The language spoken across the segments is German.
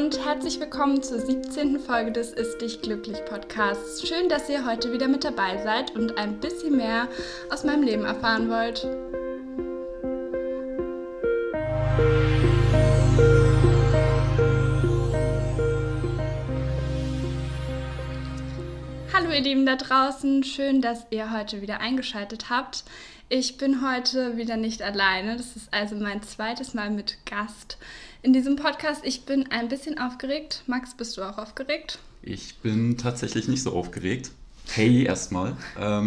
und herzlich willkommen zur 17. Folge des Ist Dich Glücklich Podcasts. Schön, dass ihr heute wieder mit dabei seid und ein bisschen mehr aus meinem Leben erfahren wollt. Hallo ihr Lieben da draußen, schön, dass ihr heute wieder eingeschaltet habt. Ich bin heute wieder nicht alleine, das ist also mein zweites Mal mit Gast in diesem Podcast. Ich bin ein bisschen aufgeregt. Max, bist du auch aufgeregt? Ich bin tatsächlich nicht so aufgeregt. Hey, erstmal.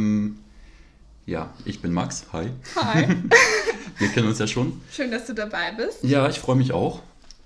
Ich bin Max. Hi. Hi. Wir kennen uns ja schon. Schön, dass du dabei bist. Ja, ich freue mich auch.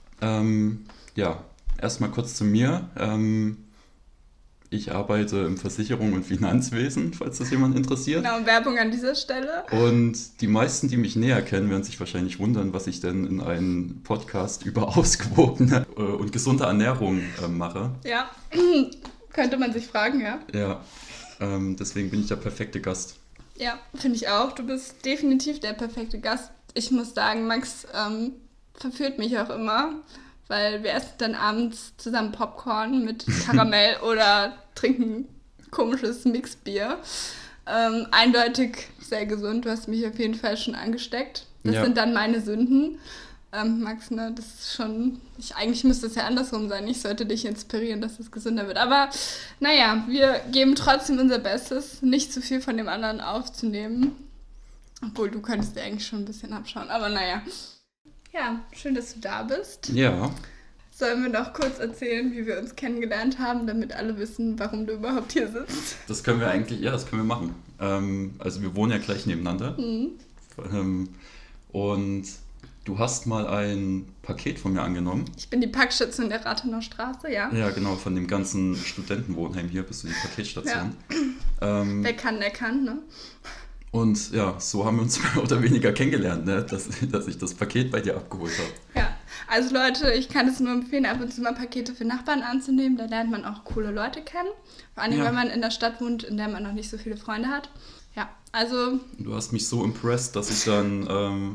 Erstmal kurz zu mir. Ich arbeite im Versicherung- und Finanzwesen, falls das jemand interessiert. Genau, Werbung an dieser Stelle. Und die meisten, die mich näher kennen, werden sich wahrscheinlich wundern, was ich denn in einem Podcast über ausgewogene und gesunde Ernährung mache. Ja, könnte man sich fragen, ja. Ja, deswegen bin ich der perfekte Gast. Ja, finde ich auch. Du bist definitiv der perfekte Gast. Ich muss sagen, Max verführt mich auch immer, weil wir essen dann abends zusammen Popcorn mit Karamell oder trinken komisches Mixbier. Eindeutig sehr gesund, du hast mich auf jeden Fall schon angesteckt. Das sind dann meine Sünden. Max, ne, das ist schon, eigentlich müsste es ja andersrum sein. Ich sollte dich inspirieren, dass es gesünder wird. Aber naja, wir geben trotzdem unser Bestes, nicht zu viel von dem anderen aufzunehmen. Obwohl, du könntest dir eigentlich schon ein bisschen abschauen, aber naja. Ja, schön, dass du da bist. Ja. Sollen wir noch kurz erzählen, wie wir uns kennengelernt haben, damit alle wissen, warum du überhaupt hier sitzt? Das können wir machen. Also wir wohnen ja gleich nebeneinander. Und du hast mal ein Paket von mir angenommen. Ich bin die Packstation der Rathenauer Straße, ja. Ja, genau, von dem ganzen Studentenwohnheim hier bist du die Paketstation. Ja. Wer kann, der kann, ne? Und ja, so haben wir uns mehr oder weniger kennengelernt, ne? dass ich das Paket bei dir abgeholt habe. Ja, also Leute, ich kann es nur empfehlen, ab und zu mal Pakete für Nachbarn anzunehmen. Da lernt man auch coole Leute kennen. Vor allem, wenn man in der Stadt wohnt, in der man noch nicht so viele Freunde hat. Ja, also... Du hast mich so impressed, dass ich dann,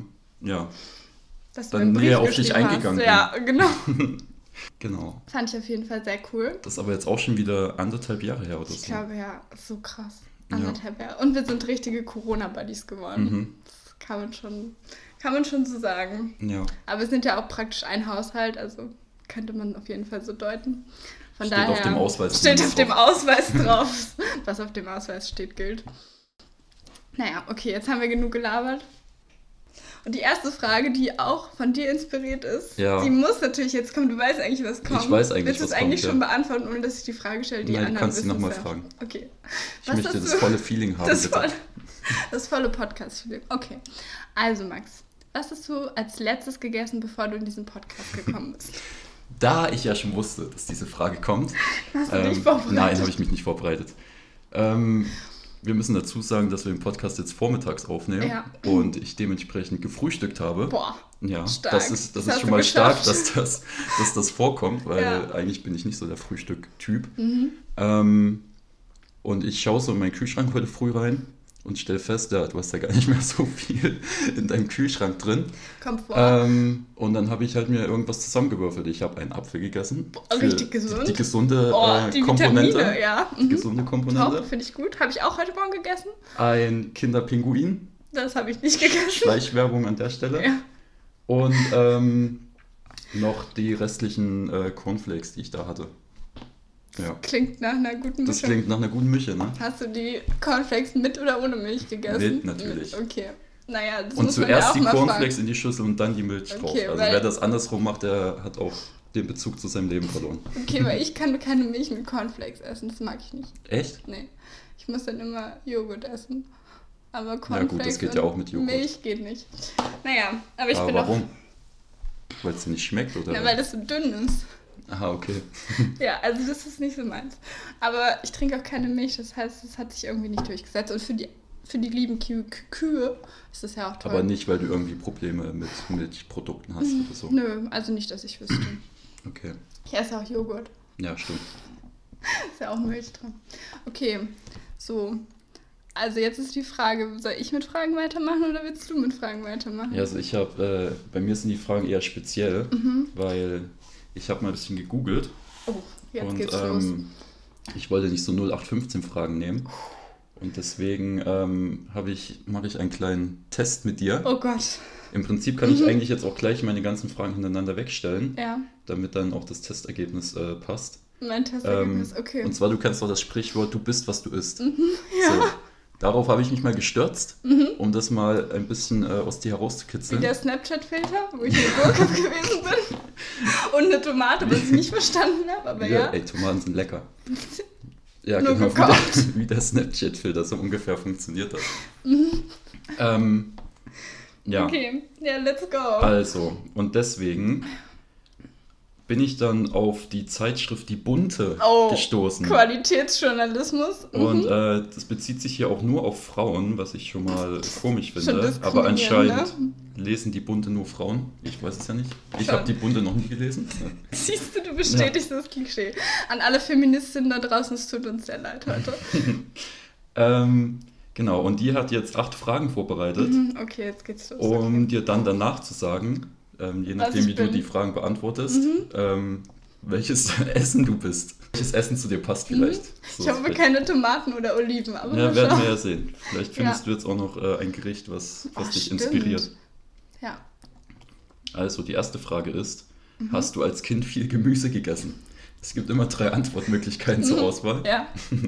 dass dann näher auf dich eingegangen bin. Ja, genau. Genau. Fand ich auf jeden Fall sehr cool. Das ist aber jetzt auch schon wieder 1,5 Jahre her oder so. Ich glaube, ja, so krass. 1,5 Jahre. Und wir sind richtige Corona-Buddies geworden. Mhm. Das kann man schon so sagen. Ja. Aber wir sind ja auch praktisch ein Haushalt, also könnte man auf jeden Fall so deuten. Von steht daher auf dem Ausweis. Steht auf dem Ausweis drauf. Was auf dem Ausweis steht, gilt. Naja, okay, jetzt haben wir genug gelabert. Und die erste Frage, die auch von dir inspiriert ist, die muss natürlich jetzt kommen. Du weißt eigentlich, was kommt. Ich weiß eigentlich, Willst du es eigentlich schon beantworten, ohne dass ich die Frage stelle? Nein, du kannst sie nochmal fragen. Okay. Ich möchte das volle Feeling haben, das volle Podcast-Feeling. Okay. Also Max, was hast du als letztes gegessen, bevor du in diesen Podcast gekommen bist? Da ich ja schon wusste, dass diese Frage kommt. Hast du dich vorbereitet? Nein, habe ich mich nicht vorbereitet. Wir müssen dazu sagen, dass wir den Podcast jetzt vormittags aufnehmen und ich dementsprechend gefrühstückt habe. Boah, ja, stark. Das ist schon mal stark, dass das vorkommt, weil eigentlich bin ich nicht so der Frühstück-Typ. Mhm. Und ich schaue so in meinen Kühlschrank heute früh rein und stelle fest, du hast ja gar nicht mehr so viel in deinem Kühlschrank drin. Kommt vor. Und dann habe ich halt mir irgendwas zusammengewürfelt. Ich habe einen Apfel gegessen. Richtig gesund. Die gesunde die Komponente. Vitamine, ja. Die gesunde Komponente. Top, finde ich gut. Habe ich auch heute Morgen gegessen. Ein Kinderpinguin. Das habe ich nicht gegessen. Schleichwerbung an der Stelle. Ja. Und noch die restlichen Cornflakes, die ich da hatte. Ja. Klingt nach einer guten Mischung. Das klingt nach einer guten Mische, ne? Hast du die Cornflakes mit oder ohne Milch gegessen? Mit, natürlich. Okay. Naja, das und muss man ja zuerst auch die mal Cornflakes fragen. in die Schüssel und dann die Milch drauf. Also wer das andersrum macht, der hat auch den Bezug zu seinem Leben verloren. Okay, weil ich kann keine Milch mit Cornflakes essen. Das mag ich nicht. Echt? Nee. Ich muss dann immer Joghurt essen. Aber Cornflakes ja gut, das geht ja auch mit Joghurt. Milch geht nicht. Naja, aber ich bin warum? Weil es dir nicht schmeckt, oder? Ja, weil das so dünn ist. Aha, okay. Ja, also das ist nicht so meins. Aber ich trinke auch keine Milch, das heißt, das hat sich irgendwie nicht durchgesetzt. Und für die lieben Kühe ist das ja auch toll. Aber nicht, weil du irgendwie Probleme mit Milchprodukten hast oder so? Nö, also nicht, dass ich wüsste. Okay. Ich esse auch Joghurt. Ja, stimmt. Ist ja auch Milch drin. Okay, so. Also jetzt ist die Frage, soll ich mit Fragen weitermachen oder willst du mit Fragen weitermachen? Ja, also bei mir sind die Fragen eher speziell, weil ich habe mal ein bisschen gegoogelt. Oh, jetzt geht's los. Ich wollte nicht so 0815-Fragen nehmen. Und deswegen mache ich einen kleinen Test mit dir. Oh Gott. Im Prinzip kann ich eigentlich jetzt auch gleich meine ganzen Fragen hintereinander wegstellen, Ja. damit dann auch das Testergebnis passt. Mein Testergebnis, okay. Und zwar, du kennst doch das Sprichwort, du bist, was du isst. Ja. So, darauf habe ich mich mal gestürzt, um das mal ein bisschen aus dir herauszukitzeln. Wie der Snapchat-Filter, wo ich eine Gurke gewesen bin. Und eine Tomate, was ich nicht verstanden habe, aber ja. Ey, Tomaten sind lecker. Ja, Nur genau, gekocht. wie der Snapchat-Filter so ungefähr funktioniert hat. Ja. Okay, ja, let's go. Also, und deswegen bin ich dann auf die Zeitschrift Die Bunte gestoßen. Qualitätsjournalismus. Und das bezieht sich hier auch nur auf Frauen, was ich schon mal komisch Schon finde. diskriminierend, Aber anscheinend lesen Die Bunte nur Frauen. Ich weiß es ja nicht. Ich habe Die Bunte noch nie gelesen. Siehst du, du bestätigst das Klischee. An alle Feministinnen da draußen, es tut uns sehr leid heute. Genau, und die hat jetzt 8 Fragen vorbereitet, Okay, jetzt geht's los. um dir dann danach zu sagen, je nachdem, wie du die Fragen beantwortest, welches Essen du bist. Welches Essen zu dir passt vielleicht. So Ich hoffe, keine Tomaten oder Oliven, aber Ja, mal werden schauen. wir ja sehen. Vielleicht findest du jetzt auch noch ein Gericht, was dich stimmt. inspiriert. Ja. Also, die erste Frage ist, hast du als Kind viel Gemüse gegessen? Es gibt immer 3 Antwortmöglichkeiten zur Auswahl. Ja.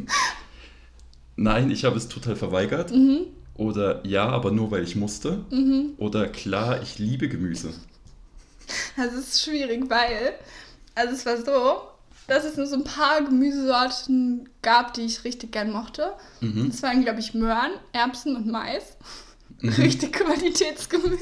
Nein, ich habe es total verweigert. Oder ja, aber nur weil ich musste. Oder klar, ich liebe Gemüse. Also es ist schwierig, weil, also es war so, dass es nur so ein paar Gemüsesorten gab, die ich richtig gern mochte. Das waren, glaube ich, Möhren, Erbsen und Mais. Richtig Qualitätsgemüse.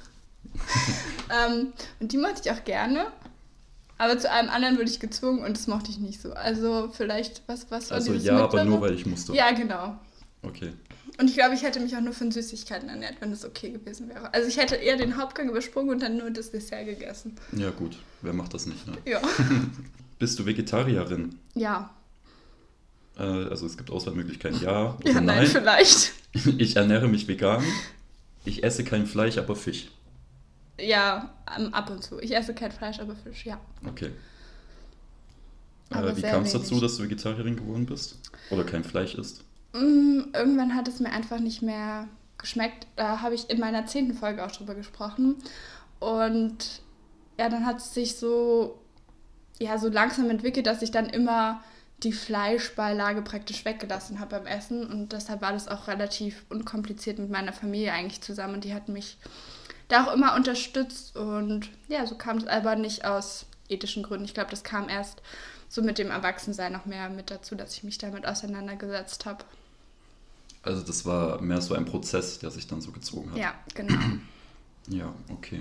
Und die mochte ich auch gerne. Aber zu allem anderen wurde ich gezwungen und das mochte ich nicht so. Also vielleicht, was war Also dieses ja, aber Mittlere? nur weil ich musste. Ja, genau. Okay. Und ich glaube, ich hätte mich auch nur von Süßigkeiten ernährt, wenn das okay gewesen wäre. Also ich hätte eher den Hauptgang übersprungen und dann nur das Dessert gegessen. Ja gut, wer macht das nicht, ne? Ja. Bist du Vegetarierin? Ja. Also es gibt Auswahlmöglichkeiten, ja oder Ja, nein, vielleicht. Ich ernähre mich vegan. Ich esse kein Fleisch, aber Fisch. Ja, ab und zu. Ich esse kein Fleisch, aber Fisch, ja. Okay. Aber Wie sehr kam es dazu, wenig. dass du Vegetarierin geworden bist? Oder kein Fleisch isst? Irgendwann hat es mir einfach nicht mehr geschmeckt. Da habe ich in meiner 10. Folge auch drüber gesprochen. Und ja, dann hat es sich so langsam entwickelt, dass ich dann immer die Fleischbeilage praktisch weggelassen habe beim Essen. Und deshalb war das auch relativ unkompliziert mit meiner Familie eigentlich zusammen. Und die hat mich da auch immer unterstützt. Und ja, so kam es aber nicht aus ethischen Gründen. Ich glaube, das kam erst so mit dem Erwachsensein noch mehr mit dazu, dass ich mich damit auseinandergesetzt habe. Also das war mehr so ein Prozess, der sich dann so gezogen hat. Ja, genau. Ja, okay.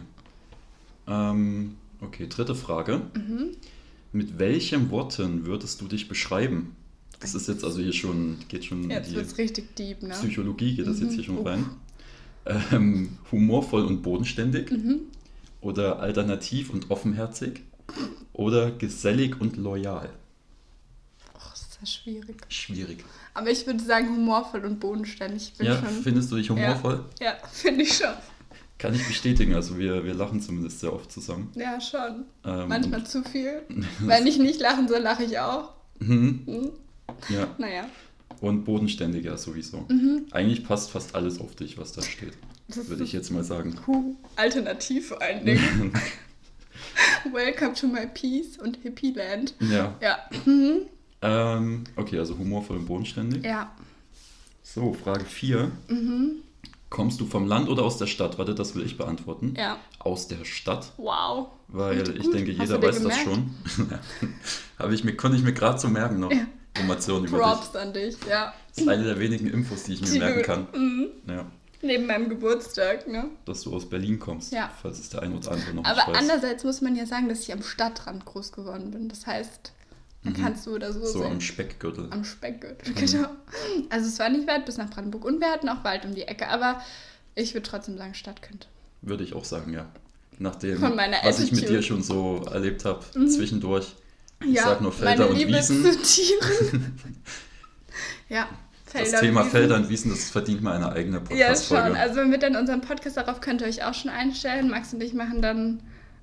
Okay, 3. Frage. Mit welchen Worten würdest du dich beschreiben? Das ist jetzt also hier schon, geht schon Jetzt in wird es richtig deep, ne? Psychologie, geht das jetzt hier schon rein. Humorvoll und bodenständig oder alternativ und offenherzig oder gesellig und loyal? Och, das ist ja schwierig. Schwierig. Aber ich würde sagen humorvoll und bodenständig. Ich bin Ja, schon, findest du dich humorvoll? ja, finde ich schon. Kann ich bestätigen, also wir lachen zumindest sehr oft zusammen. Ja, schon. Ähm, Manchmal zu viel. Wenn ich nicht lachen soll, lache ich auch. Ja, Naja. und bodenständig ja sowieso. Eigentlich passt fast alles auf dich, was da steht, Das würde ich jetzt mal sagen. Alternativ vor allen Dingen. Welcome to my peace und Hippie Land. Ja. Ja. Okay, also humorvoll und bodenständig. Ja. So, Frage 4. Kommst du vom Land oder aus der Stadt? Warte, das will ich beantworten. Ja. Aus der Stadt, Wow. weil Richtig ich gut. denke, Hast jeder du dir weiß das gemerkt? schon. Konnte ich mir gerade so merken noch. Ja. Informationen über dich. Props an dich, ja. Das ist eine der wenigen Infos, die ich mir Die merken du- kann. Ja, Neben meinem Geburtstag, ne? dass du aus Berlin kommst, Ja. falls es der ein oder andere noch Aber nicht weiß. andererseits muss man ja sagen, dass ich am Stadtrand groß geworden bin. Das heißt, man kann es so oder so So sehen. am Speckgürtel. Am Speckgürtel, genau. Also es war nicht weit bis nach Brandenburg. Und wir hatten auch Wald um die Ecke. Aber ich würde trotzdem sagen Stadtkind. Würde ich auch sagen, ja. Nachdem, Von meiner was ich mit Attitude. dir schon so erlebt habe, zwischendurch. Ich Ja, sag nur Felder meine und Liebe Wiesen. zu Tieren. Ja, Felder Das Thema und Wiesen. Felder und Wiesen, das verdient mal eine eigene Ja, Podcast-Folge. schon. Also mit in unserem Podcast, darauf könnt ihr euch auch schon einstellen. Max und ich machen dann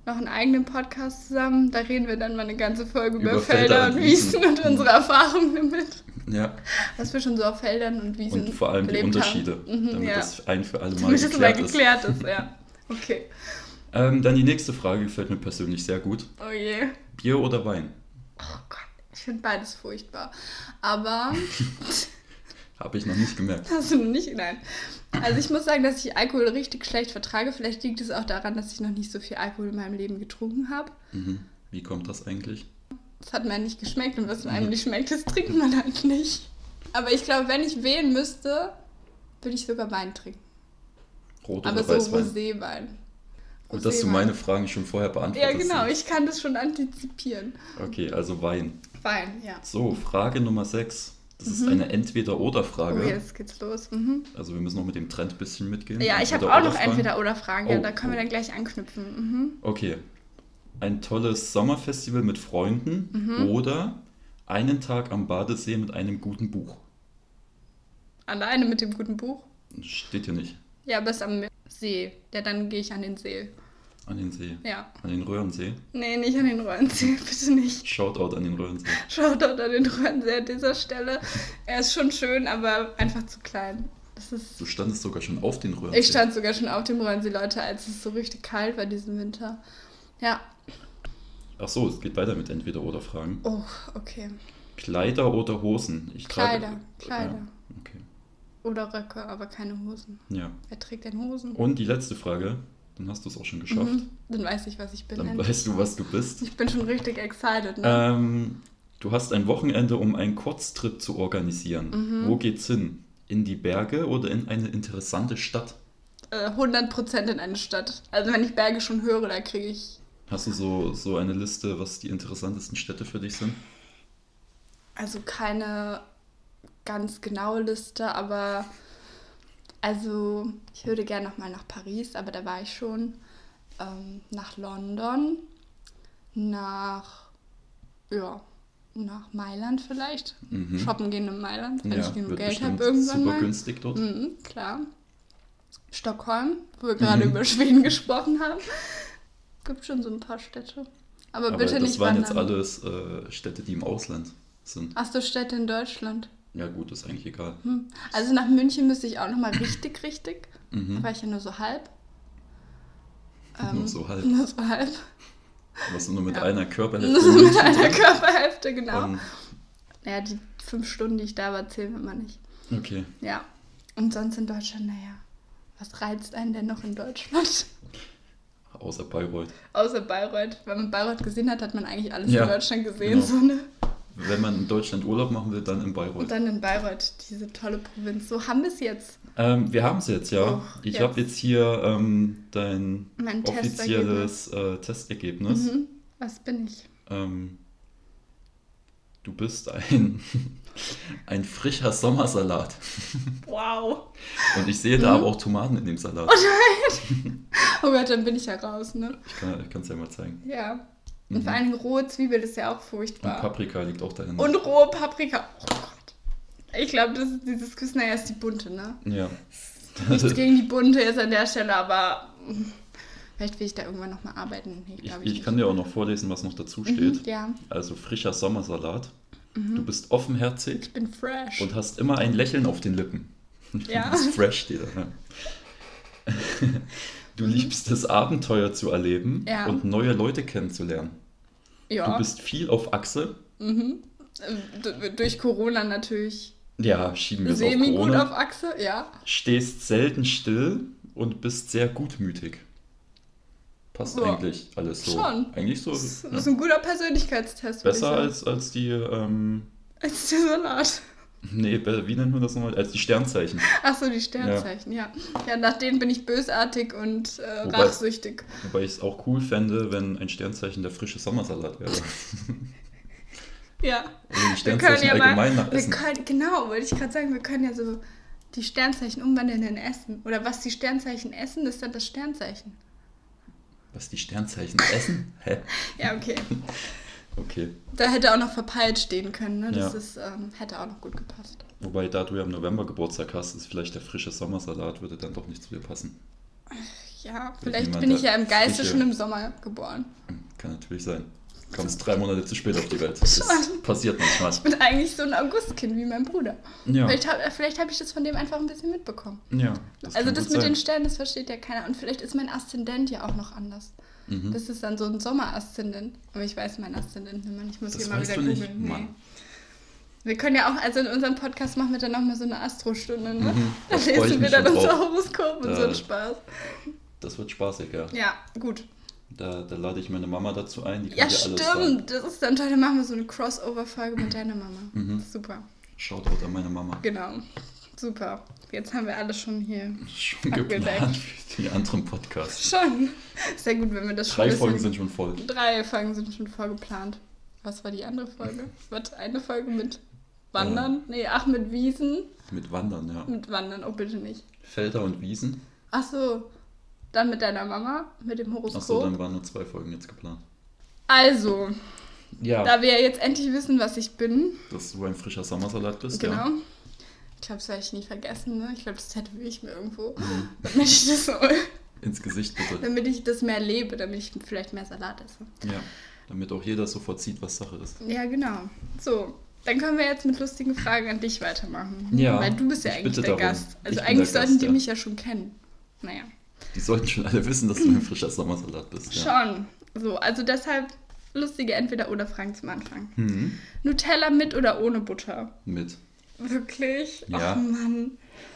noch einen eigenen Podcast zusammen. Da reden wir dann mal eine ganze Folge über Felder und Wiesen und unsere Erfahrungen damit. Ja. Was wir schon so auf Feldern und Wiesen Und vor allem die Unterschiede, damit das ein für alle Mal geklärt ist. Ja. Okay. Dann die nächste Frage gefällt mir persönlich sehr gut. Oh je. Bier oder Wein? Oh Gott, ich finde beides furchtbar. Aber... Habe ich noch nicht gemerkt. Hast du noch nicht? Nein. Also ich muss sagen, dass ich Alkohol richtig schlecht vertrage. Vielleicht liegt es auch daran, dass ich noch nicht so viel Alkohol in meinem Leben getrunken habe. Mhm. Wie kommt das eigentlich? Das hat mir nicht geschmeckt und was einem nicht schmeckt, das trinkt man halt nicht. Aber ich glaube, wenn ich wählen müsste, würde ich sogar Wein trinken. Rot oder Weißwein? Aber so Roséwein. Gut, dass du meine Fragen schon vorher beantwortet hast. Ja, genau, ich kann das schon antizipieren. Okay, also Wein. Wein, ja. So, Frage Nummer 6. Das ist eine Entweder-Oder-Frage. Oh, jetzt geht's los. Also wir müssen noch mit dem Trend ein bisschen mitgehen. Ja, ich habe auch noch Entweder-Oder-Fragen. Ja, da können wir dann gleich anknüpfen. Okay. Ein tolles Sommerfestival mit Freunden oder einen Tag am Badesee mit einem guten Buch. Alleine mit dem guten Buch? Steht hier nicht. Ja, aber es ist am See. Ja, dann gehe ich an den See. An den See? Ja. An den Röhrensee? Nee, nicht an den Röhrensee, bitte nicht. Shoutout an den Röhrensee. Shoutout an den Röhrensee an dieser Stelle. Er ist schon schön, aber einfach zu klein. Du standest sogar schon auf den Röhrensee. Ich stand sogar schon auf dem Röhrensee, Leute, als es so richtig kalt war diesen Winter. Ja. Ach so, es geht weiter mit Entweder-Oder-Fragen. Oh, okay. Kleider oder Hosen? Kleider. Ja, okay. Oder Röcke, aber keine Hosen. Ja. Wer trägt denn Hosen? Und die letzte Frage. Dann hast du es auch schon geschafft. Dann weiß ich, was ich bin. Dann weißt du, was du bist. Ich bin schon richtig excited, ne? Du hast ein Wochenende, um einen Kurztrip zu organisieren. Wo geht's hin? In die Berge oder in eine interessante Stadt? 100% in eine Stadt. Also wenn ich Berge schon höre, da kriege ich... Hast du so eine Liste, was die interessantesten Städte für dich sind? Also keine ganz genaue Liste, aber... Also, ich würde gerne nochmal nach Paris, aber da war ich schon. Nach London, nach Mailand vielleicht. Shoppen gehen in Mailand, wenn ich genug Geld habe irgendwann super mal. Günstig dort. Klar. Stockholm, wo wir gerade über Schweden gesprochen haben. Gibt schon so ein paar Städte. Aber bitte nicht wandern. Das waren jetzt alles Städte, die im Ausland sind. Hast du Städte in Deutschland? Ja gut, ist eigentlich egal. Also nach München müsste ich auch nochmal richtig. Da war ich ja nur so halb. Nur so halb. Nur so halb. Warst du nur mit einer Körperhälfte? Nur mit einer Körperhälfte, genau. Ja, die 5 Stunden, die ich da war, zählen wir mal nicht. Okay. Ja. Und sonst in Deutschland, was reizt einen denn noch in Deutschland? Außer Bayreuth. Außer Bayreuth. Wenn man Bayreuth gesehen hat, hat man eigentlich alles in Deutschland gesehen. Genau. So, ne? Wenn man in Deutschland Urlaub machen will, dann in Bayreuth. Und dann in Bayreuth, diese tolle Provinz. So, haben wir es jetzt? Wir haben es jetzt, ja. Ich habe jetzt hier dein offizielles Testergebnis. Was bin ich? Du bist ein frischer Sommersalat. Wow. Und ich sehe da aber auch Tomaten in dem Salat. Oh nein. Oh Gott, dann bin ich ja raus, ne? Ich kann es ja mal zeigen. Ja. Und vor allem rohe Zwiebel ist ja auch furchtbar. Und Paprika liegt auch dahinter. Und rohe Paprika. Oh Gott. Ich glaube, das ist dieses Küsner ist die bunte, ne? Ja. Nichts gegen die bunte jetzt an der Stelle, aber vielleicht will ich da irgendwann nochmal arbeiten. Nee, ich kann dir auch noch vorlesen, was noch dazu steht. Ja. Also frischer Sommersalat. Du bist offenherzig. Ich bin fresh. Und hast immer ein Lächeln auf den Lippen. Ja. Das ist fresh steht da. Du liebst es, Abenteuer zu erleben und neue Leute kennenzulernen. Ja. Du bist viel auf Achse. Durch Corona natürlich. Ja, schieben wir es auf Corona. Semi-gut auf Achse, ja. Stehst selten still und bist sehr gutmütig. Passt eigentlich alles so. Schon. Eigentlich so. Das ist ein guter Persönlichkeitstest. Besser als die... als der Salat. Nee, wie nennt man das nochmal? Als die Sternzeichen. Ach so, die Sternzeichen, ja. Ja, nach denen bin ich bösartig und rachsüchtig. Wobei ich es auch cool fände, wenn ein Sternzeichen der frische Sommersalat wäre. Ja. Also die Sternzeichen allgemein nach Essen. Genau, wollte ich gerade sagen, wir können ja so die Sternzeichen umwandeln in Essen. Oder was die Sternzeichen essen, ist dann das Sternzeichen. Was die Sternzeichen essen? Hä? Ja, okay. Okay. Da hätte auch noch verpeilt stehen können, ne? Das hätte auch noch gut gepasst. Wobei, da du ja im November Geburtstag hast, ist vielleicht der frische Sommersalat, würde dann doch nicht zu dir passen. Ja, vielleicht bin ich ja im Geiste schon im Sommer geboren. Kann natürlich sein. Du kommst 3 Monate zu spät auf die Welt. Das passiert manchmal. Ich bin eigentlich so ein Augustkind wie mein Bruder. Ja. Vielleicht hab ich das von dem einfach ein bisschen mitbekommen. Ja. Also das mit den Sternen, das versteht ja keiner. Und vielleicht ist mein Aszendent ja auch noch anders. Das ist dann so ein Sommeraszendent. Aber ich weiß meinen Aszendent nicht mehr. Ich muss das hier mal wieder googeln. Nee. Wir können ja auch, also in unserem Podcast machen wir dann nochmal so eine Astrostunde, ne? Da lesen wir dann unser Horoskop und so einen Spaß. Das wird spaßig, ja. Ja, gut. Da lade ich meine Mama dazu ein. Die kann ja, dir alles stimmt. sagen. Das ist dann toll. Dann machen wir so eine Crossover-Folge mit deiner Mama. Super. Shoutout an meine Mama. Genau. Super. Jetzt haben wir alles schon hier geplant für die anderen Podcasts. Schon. Sehr gut, wenn wir das schon 3 Folgen sind schon voll. 3 Folgen sind schon vorgeplant. Was war die andere Folge? Wird eine Folge mit Wandern? Mit Wiesen. Mit Wandern, ja. Mit Wandern, oh bitte nicht. Felder und Wiesen. Ach so, dann mit deiner Mama, mit dem Horoskop. Ach so, dann waren nur 2 Folgen jetzt geplant. Also, ja. Da wir jetzt endlich wissen, was ich bin. Dass du ein frischer Sommersalat bist, genau. Ja. Ich glaube, das werde ich nie vergessen, ne? Ich glaube, das tätowiere ich mir irgendwo, damit ich das so... Ins Gesicht bitte. Damit ich das mehr lebe, damit ich vielleicht mehr Salat esse. Ja, damit auch jeder sofort sieht, was Sache ist. Ja, genau. So, dann können wir jetzt mit lustigen Fragen an dich weitermachen. Ja. Weil du bist ja eigentlich der Gast. Also ich eigentlich sollten die mich ja schon kennen. Naja. Die sollten schon alle wissen, dass du ein frischer Sommersalat bist. Ja. Schon. So, also deshalb lustige Entweder-oder-Fragen zum Anfang. Nutella mit oder ohne Butter? Mit. Wirklich? Ja. Ach Mann.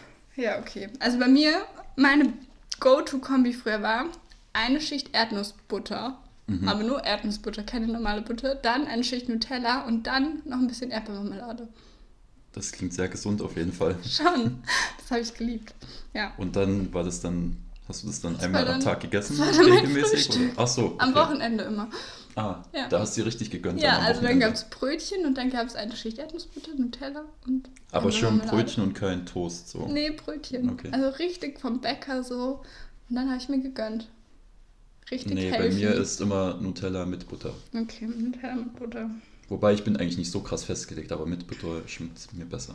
Ja, okay. Also bei mir, meine Go-To-Kombi früher war eine Schicht Erdnussbutter. Aber nur Erdnussbutter, keine normale Butter. Dann eine Schicht Nutella und dann noch ein bisschen Erdbeermarmelade. Das klingt sehr gesund auf jeden Fall. Schon. Das habe ich geliebt. Ja. Und dann hast du das dann einmal am Tag gegessen? Das war dann mein regelmäßig? Frühstück. Ach so. Okay. Am Wochenende immer. Ah, ja. Da hast du dir richtig gegönnt. Ja, also dann gab es Brötchen und dann gab es eine Schicht Erdnussbutter, Nutella und aber schon Brötchen und kein Toast, so? Nee, Brötchen. Okay. Also richtig vom Bäcker so. Und dann habe ich mir gegönnt. Richtig healthy. Bei mir ist immer Nutella mit Butter. Okay, Nutella mit Butter. Wobei ich bin eigentlich nicht so krass festgelegt, aber mit Butter schmeckt es mir besser.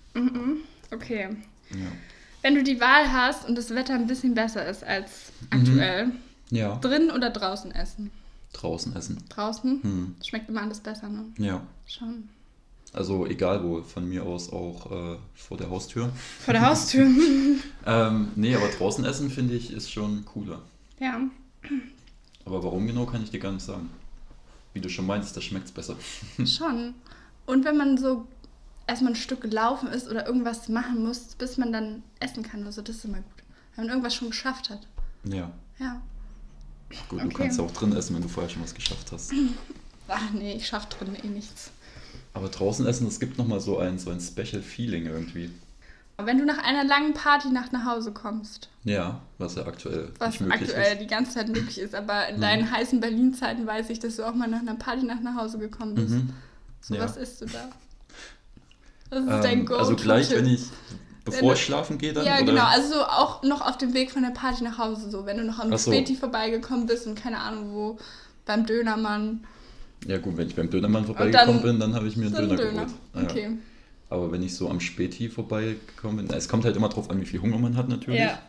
Okay. Ja. Wenn du die Wahl hast und das Wetter ein bisschen besser ist als aktuell, ja. Drin oder draußen essen? Draußen essen. Draußen? Schmeckt immer alles besser, ne? Ja. Schon. Also egal wo, von mir aus auch vor der Haustür. Vor der Haustür? Nee, aber draußen essen, finde ich, ist schon cooler. Ja. Aber warum genau, kann ich dir gar nicht sagen. Wie du schon meinst, da schmeckt es besser. Schon. Und wenn man so erstmal ein Stück gelaufen ist oder irgendwas machen muss, bis man dann essen kann oder so, das ist immer gut. Wenn man irgendwas schon geschafft hat. Ja. Ja. Gut, okay. Du kannst auch drin essen, wenn du vorher schon was geschafft hast. Ach nee, ich schaff drin nichts. Aber draußen essen, das gibt nochmal so ein Special Feeling irgendwie. Wenn du nach einer langen Partynacht nach Hause kommst. Ja, was ja aktuell was nicht möglich aktuell ist. Die ganze Zeit möglich ist, aber in deinen heißen Berlin-Zeiten weiß ich, dass du auch mal nach einer Partynacht nach Hause gekommen bist. So, was isst du da? Das ist dein Go-To. Also gleich, bevor ich schlafen gehe dann? Ja, oder? genau, also so auch noch auf dem Weg von der Party nach Hause, so wenn du noch am Späti vorbeigekommen bist und keine Ahnung wo, beim Dönermann. Ja gut, wenn ich beim Dönermann vorbeigekommen bin, dann habe ich mir einen Döner geholt. Okay. Ja. Aber wenn ich so am Späti vorbeigekommen bin, es kommt halt immer drauf an, wie viel Hunger man hat natürlich. Ja.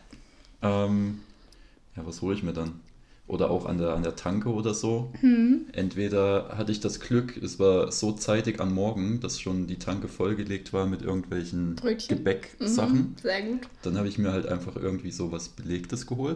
Ja, was hole ich mir dann? Oder auch an der Tanke oder so. Entweder hatte ich das Glück, es war so zeitig am Morgen, dass schon die Tanke vollgelegt war mit irgendwelchen Brötchen. Gebäcksachen. Sehr gut. Dann habe ich mir halt einfach irgendwie so was Belegtes geholt.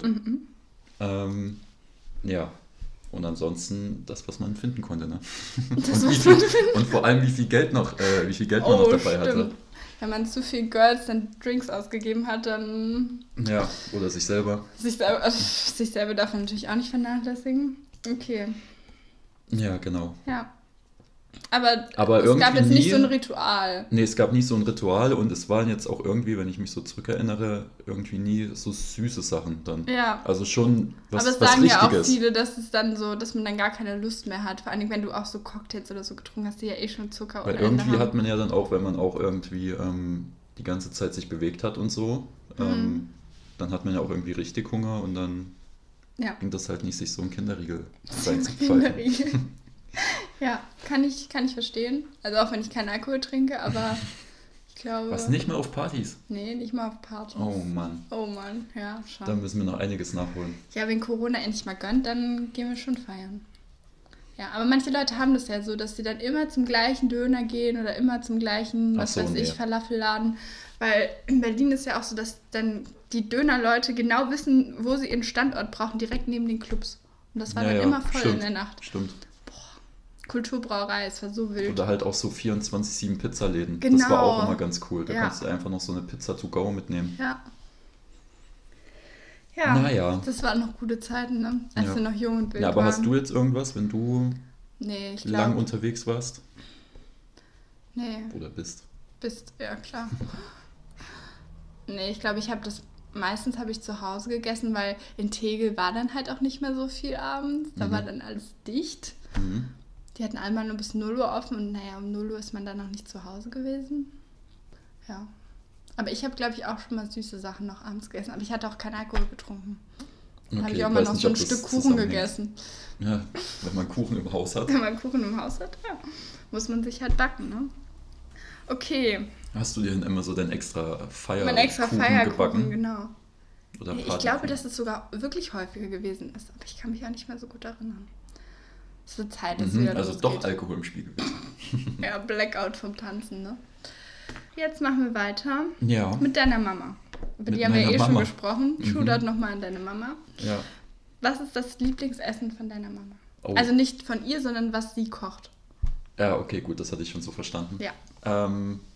Ja. Und ansonsten das, was man finden konnte, ne? Und vor allem, wie viel Geld man noch dabei hatte. Wenn man zu viel Girls dann Drinks ausgegeben hat, dann... Ja, oder sich selber. Sich selber darf man natürlich auch nicht vernachlässigen. Okay. Ja, genau. Ja. Aber es gab jetzt nicht so ein Ritual. Nee, es gab nie so ein Ritual und es waren jetzt auch irgendwie, wenn ich mich so zurückerinnere, irgendwie nie so süße Sachen dann. Ja. Also schon was Richtiges. Aber es sagen ja auch viele, dass es dann so, dass man dann gar keine Lust mehr hat. Vor allem, wenn du auch so Cocktails oder so getrunken hast, die ja eh schon Zucker oder irgendwie hat man ja dann auch, wenn man auch irgendwie die ganze Zeit sich bewegt hat und so, dann hat man ja auch irgendwie richtig Hunger und dann ging das halt nicht, sich so ein Kinderriegel reinzupfeifen. Ja, kann ich verstehen. Also auch wenn ich keinen Alkohol trinke, aber Ich glaube... Was, nicht mehr auf Partys? Nee, nicht mal auf Partys. Oh Mann. Oh Mann, ja, schon. Da müssen wir noch einiges nachholen. Ja, wenn Corona endlich mal gönnt, dann gehen wir schon feiern. Ja, aber manche Leute haben das ja so, dass sie dann immer zum gleichen Döner gehen oder immer zum gleichen, Falafelladen. Weil in Berlin ist ja auch so, dass dann die Dönerleute genau wissen, wo sie ihren Standort brauchen, direkt neben den Clubs. Und das war dann immer voll in der Nacht. Stimmt. Kulturbrauerei, es war so wild. Oder halt auch so 24/7 Pizzaläden. Genau. Das war auch immer ganz cool. Da kannst du einfach noch so eine Pizza to go mitnehmen. Ja. Ja, naja. Das waren noch gute Zeiten, ne? Als wir noch jung und wild waren. Ja, aber hast du jetzt irgendwas, wenn du lang unterwegs warst? Nee. Oder bist? Ja klar. Nee, ich glaube, meistens habe ich zu Hause gegessen, weil in Tegel war dann halt auch nicht mehr so viel abends. Da war dann alles dicht. Mhm. Die hatten einmal nur bis 0 Uhr offen und naja, um 0 Uhr ist man dann noch nicht zu Hause gewesen. Ja. Aber ich habe, glaube ich, auch schon mal süße Sachen noch abends gegessen. Aber ich hatte auch keinen Alkohol getrunken. Dann habe ich auch mal noch so ein Stück Kuchen gegessen. Ja, wenn man Kuchen im Haus hat. Wenn man Kuchen im Haus hat, ja. Muss man sich halt backen, ne? Okay. Hast du dir dann immer so dein extra Feierkuchen Mein extra Feierkuchen gebacken? Genau. Oder ich glaube, dass es sogar wirklich häufiger gewesen ist. Aber ich kann mich auch nicht mehr so gut erinnern. Es wird Zeit, dass wieder also losgeht. doch Alkohol im Spiel gewesen. Ja, Blackout vom Tanzen, ne? Jetzt machen wir weiter mit deiner Mama. Über die haben wir ja schon gesprochen. Shoutout nochmal an deine Mama. Ja. Was ist das Lieblingsessen von deiner Mama? Oh. Also nicht von ihr, sondern was sie kocht. Ja, okay, gut, das hatte ich schon so verstanden. Ja.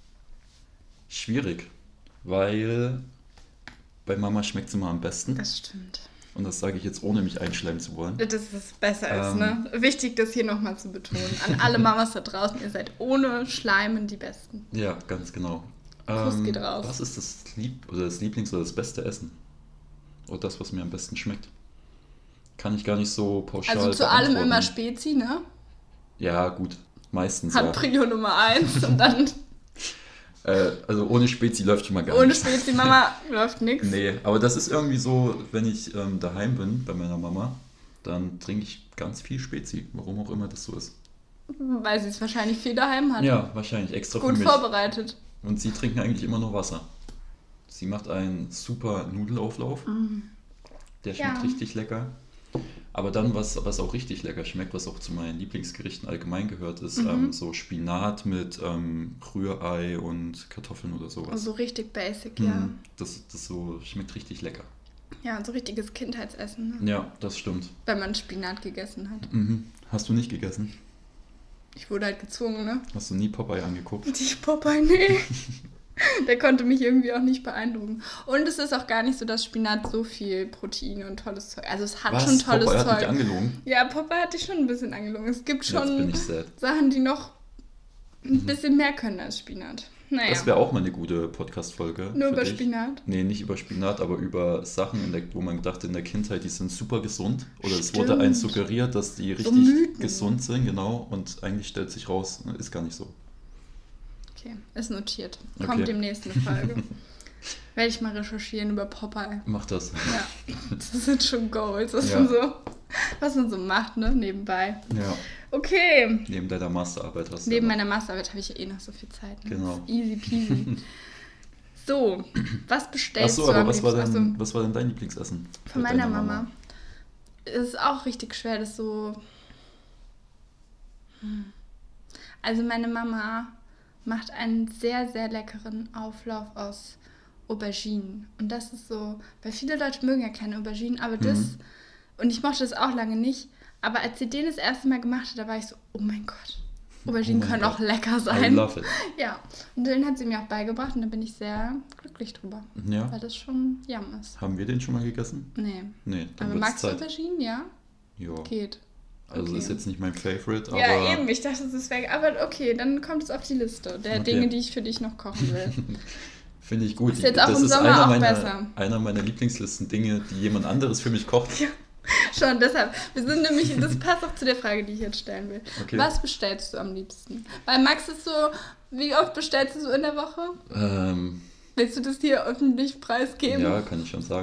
Schwierig, weil bei Mama schmeckt es immer am besten. Das stimmt. Und das sage ich jetzt, ohne mich einschleimen zu wollen. Das ist besser ist, ne? Wichtig, das hier nochmal zu betonen. An alle Mamas da draußen, ihr seid ohne Schleimen die Besten. Ja, ganz genau. Kuss geht raus. Was ist das Lieblings- oder das beste Essen? Oder das, was mir am besten schmeckt? Kann ich gar nicht so pauschal Also zu allem immer Spezi, ne? Ja, gut. Meistens, Hat Prio Nummer 1 und dann... Also ohne Spezi läuft schon mal gar nichts. nichts. Ohne Spezi, Mama, läuft nichts. Nee, aber das ist irgendwie so, wenn ich daheim bin bei meiner Mama, dann trinke ich ganz viel Spezi. Warum auch immer das so ist. Weil sie es wahrscheinlich viel daheim hat. Ja, wahrscheinlich. Extra für mich. Gut vorbereitet. Und sie trinken eigentlich immer nur Wasser. Sie macht einen super Nudelauflauf. Der schmeckt richtig lecker. Aber dann, was auch richtig lecker schmeckt, was auch zu meinen Lieblingsgerichten allgemein gehört, ist so Spinat mit Rührei und Kartoffeln oder sowas. Also so richtig basic, ja. Das so schmeckt richtig lecker. Ja, so richtiges Kindheitsessen. Ne? Ja, das stimmt. Wenn man Spinat gegessen hat. Hast du nicht gegessen? Ich wurde halt gezwungen, ne? Hast du nie Popeye angeguckt? Die Popeye, nee. Der konnte mich irgendwie auch nicht beeindrucken. Und es ist auch gar nicht so, dass Spinat so viel Protein und tolles Zeug... Also es hat schon tolles Popeye Zeug. Hat dich angelogen? Ja, Popeye hat dich schon ein bisschen angelogen. Es gibt schon Jetzt bin ich sad. Sachen, die noch ein bisschen mehr können als Spinat. Naja. Das wäre auch mal eine gute Podcast-Folge. Nur über Spinat? Nee, nicht über Spinat, aber über Sachen, wo man dachte in der Kindheit, die sind super gesund. Oder es wurde einem suggeriert, dass die richtig gesund sind, genau. Und eigentlich stellt sich raus, ist gar nicht so. Okay, ist notiert. Kommt demnächst eine Folge. Werde ich mal recherchieren über Popeye. Mach das. Ja, das sind schon Goals, was man so macht, ne, nebenbei. Ja. Okay. Neben deiner Masterarbeit hast du. Neben meiner Masterarbeit habe ich ja eh noch so viel Zeit. Ne? Genau. Easy peasy. So, was bestellst du aber was war denn dein Lieblingsessen? Von meiner Mama. Es ist auch richtig schwer, das so... Also meine Mama macht einen sehr, sehr leckeren Auflauf aus Auberginen. Und das ist so, weil viele Leute mögen ja keine Auberginen, aber das, und ich mochte das auch lange nicht, aber als sie den das erste Mal gemacht hat, da war ich so, oh mein Gott, Auberginen können auch lecker sein. I love it. Ja, und den hat sie mir auch beigebracht und da bin ich sehr glücklich drüber, weil das schon yum ist. Haben wir den schon mal gegessen? Nee. Dann aber magst du Auberginen? Ja? Ja. Geht. Also ist jetzt nicht mein Favorite, aber... Ja, eben, ich dachte, das wäre... Aber okay, dann kommt es auf die Liste der Dinge, die ich für dich noch kochen will. Finde ich gut. Ist jetzt auch im Sommer auch besser. Einer meiner Lieblingslisten Dinge, die jemand anderes für mich kocht. Ja, schon, deshalb. Wir sind nämlich... Das passt auch zu der Frage, die ich jetzt stellen will. Okay. Was bestellst du am liebsten? Weil Max ist so... Wie oft bestellst du so in der Woche? Willst du das hier öffentlich preisgeben? Ja, kann ich schon sagen.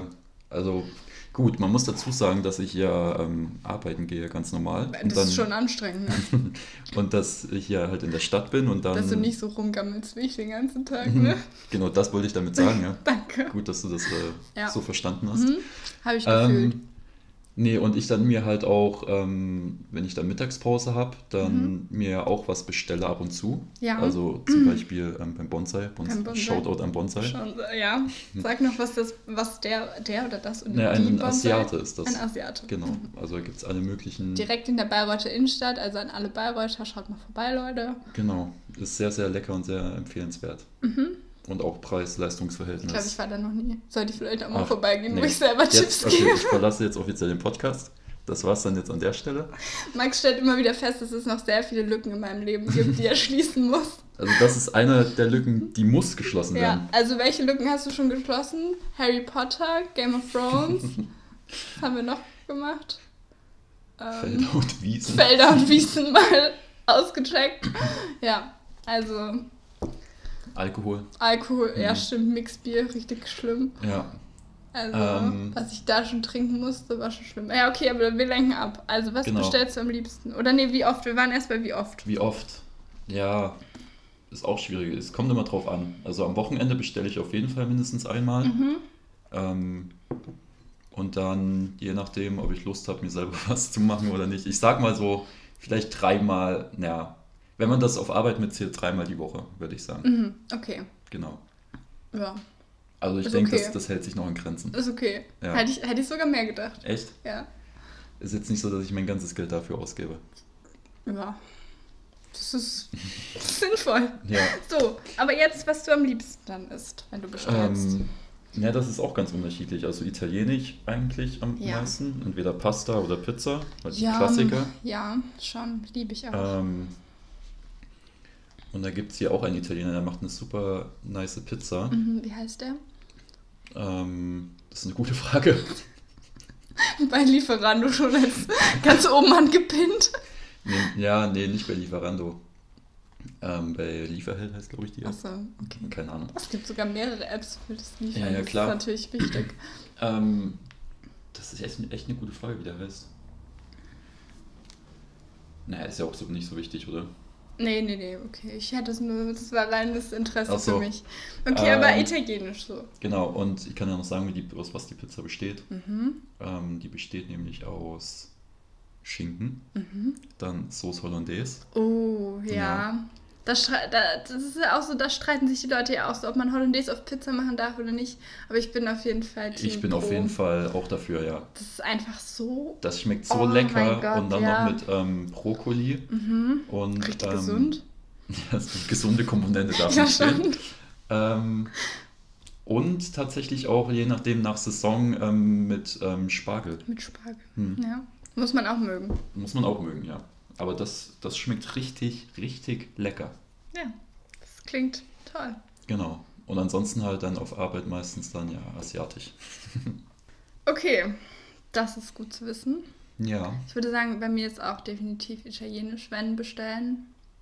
Also gut, man muss dazu sagen, dass ich ja arbeiten gehe, ganz normal. Das Und dann, ist schon anstrengend, ne? und dass ich ja halt in der Stadt bin und dann... Dass du nicht so rumgammelst wie ich den ganzen Tag, ne? Genau, das wollte ich damit sagen, ja. Danke. Gut, dass du das Ja. so verstanden hast. Habe ich gefühlt. Nee, und ich dann mir halt auch, wenn ich dann Mittagspause habe, dann mir auch was bestelle ab und zu. Ja. Also zum Beispiel beim Bonsai. Bonsai. Shoutout an Bonsai. Schon, ja. Sag noch, was der oder das und Ja, die ein Bonsai? Asiate ist das. Ein Asiate. Genau, also da gibt es alle möglichen... Direkt in der Bayreuther Innenstadt, also an alle Bayreuther, schaut mal vorbei, Leute. Genau, ist sehr, sehr lecker und sehr empfehlenswert. Und auch Preis-Leistungs-Verhältnis. Ich glaube, ich war da noch nie. Sollte ich vielleicht auch mal Ach, vorbeigehen, wo nee. ich selber Tipps gebe. Okay, ich verlasse jetzt offiziell den Podcast. Das war's dann jetzt an der Stelle. Max stellt immer wieder fest, dass es noch sehr viele Lücken in meinem Leben gibt, die er schließen muss. Also das ist eine der Lücken, die muss geschlossen werden. Ja, also welche Lücken hast du schon geschlossen? Harry Potter, Game of Thrones. Was haben wir noch gemacht? Felder und Wiesen. Felder und Wiesen mal ausgecheckt. Ja, also Alkohol. ja stimmt, Mixbier, richtig schlimm. Ja. Also, was ich da schon trinken musste, war schon schlimm. Ja, okay, aber wir lenken ab. Also, was Genau. bestellst du am liebsten? Oder nee, wie oft? Wir waren erst bei wie oft. Wie oft? Ja, ist auch schwierig. Es kommt immer drauf an. Also am Wochenende bestelle ich auf jeden Fall mindestens einmal. Und dann, je nachdem, ob ich Lust habe, mir selber was zu machen oder nicht. Ich sag mal so, vielleicht dreimal, naja, wenn man das auf Arbeit mitzählt, dreimal die Woche, würde ich sagen. Okay, Genau. ja, Also ich Ist denke, okay. das hält sich noch in Grenzen. ist okay. Ja. Hätte ich sogar mehr gedacht. Echt? Ja. Ist jetzt nicht so, dass ich mein ganzes Geld dafür ausgebe. Ja. Das ist sinnvoll. Ja. So, aber jetzt, was du am liebsten dann isst, wenn du bestellst. Ja, das ist auch ganz unterschiedlich. Also italienisch eigentlich am Ja. meisten. Entweder Pasta oder Pizza, halt die Ja, Klassiker. Ja, schon. Liebe ich auch. Und da gibt es hier auch einen Italiener, der macht eine super nice Pizza. Wie heißt der? Das ist eine gute Frage. Bei Lieferando schon als ganz oben angepinnt. Nee, nicht bei Lieferando. Bei Lieferheld heißt, glaube ich, die App. Achso, okay. Keine Ahnung. Es gibt sogar mehrere Apps für das Liefern. Ja, klar. Das ist natürlich wichtig. Das ist echt eine gute Frage, wie der heißt. Naja, ist ja auch so nicht so wichtig, oder? Nee, okay. Ich hätte es nur, das war reines Interesse Ach so. für mich. Okay, aber italienisch so. Genau, und ich kann ja noch sagen, aus was die Pizza besteht. Die besteht nämlich aus Schinken, dann Sauce Hollandaise. Oh, ja. Ja. Das ist ja auch so, da streiten sich die Leute ja auch so, ob man Hollandaise auf Pizza machen darf oder nicht. Aber ich bin auf jeden Fall Team Ich bin auf Pro. jeden Fall auch dafür, ja. Das ist einfach so Das schmeckt so Oh mein lecker Gott, und dann ja. noch mit Brokkoli und richtig gesund. Ja, so eine gesunde Komponente darf Ja, nicht fehlen. Und tatsächlich auch je nachdem nach Saison mit Spargel. Mit Spargel. Ja. Muss man auch mögen. Muss man auch mögen, ja. Aber das schmeckt richtig, richtig lecker. Ja, das klingt toll. Genau. Und ansonsten halt dann auf Arbeit meistens dann ja asiatisch. Okay, das ist gut zu wissen. Ja. Ich würde sagen, bei mir ist auch definitiv italienisch, wenn bestellen.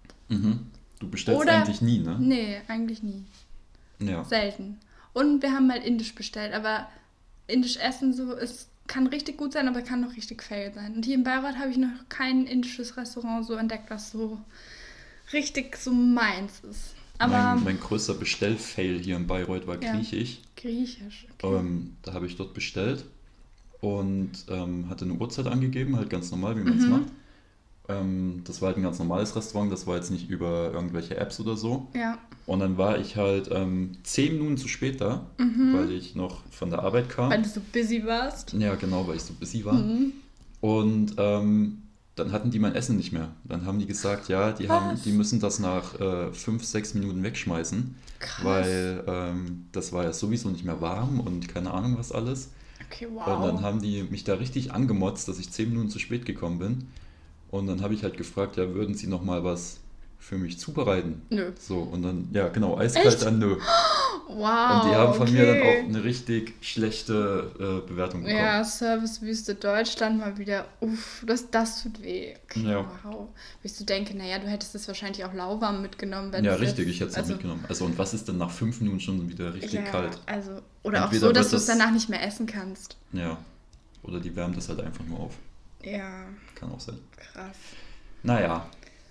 Du bestellst Oder- eigentlich nie, ne? Nee, eigentlich nie. Ja. Selten. Und wir haben mal indisch bestellt, aber indisch essen so ist, kann richtig gut sein, aber kann noch richtig fail sein. Und hier in Bayreuth habe ich noch kein indisches Restaurant so entdeckt, was so richtig so meins ist. Aber Mein größter Bestellfail hier in Bayreuth war Ja. griechisch. griechisch. Okay. Da habe ich dort bestellt und hatte eine Uhrzeit angegeben, halt ganz normal, wie man es macht. Das war halt ein ganz normales Restaurant, das war jetzt nicht über irgendwelche Apps oder so. Ja. Und dann war ich halt 10 Minuten zu spät da, weil ich noch von der Arbeit kam. Weil du so busy warst. Ja, genau, weil ich so busy war. Und dann hatten die mein Essen nicht mehr. Dann haben die gesagt, ja, die müssen das nach 5-6 Minuten wegschmeißen, Krass. weil das war ja sowieso nicht mehr warm und keine Ahnung was alles. Okay, Und dann wow. haben die mich da richtig angemotzt, dass ich 10 Minuten zu spät gekommen bin. Und dann habe ich halt gefragt, ja, würden sie noch mal was für mich zubereiten? Nö. So, und dann, ja, genau, eiskalt Echt? dann nö. Wow, und die haben von mir dann auch eine richtig schlechte Bewertung bekommen. Ja, Servicewüste Deutschland mal wieder, das tut weh. Okay, Ja. wow. Wo ich so denke, naja, du hättest es wahrscheinlich auch lauwarm mitgenommen. Wenn Ja, es richtig, jetzt, ich hätte es auch mitgenommen. Also und was ist denn nach 5 Minuten schon wieder richtig kalt? Also, oder Entweder auch so, dass wird du es das- danach nicht mehr essen kannst. Ja, oder die wärmen das halt einfach nur auf. Ja, Kann auch sein. krass. Naja,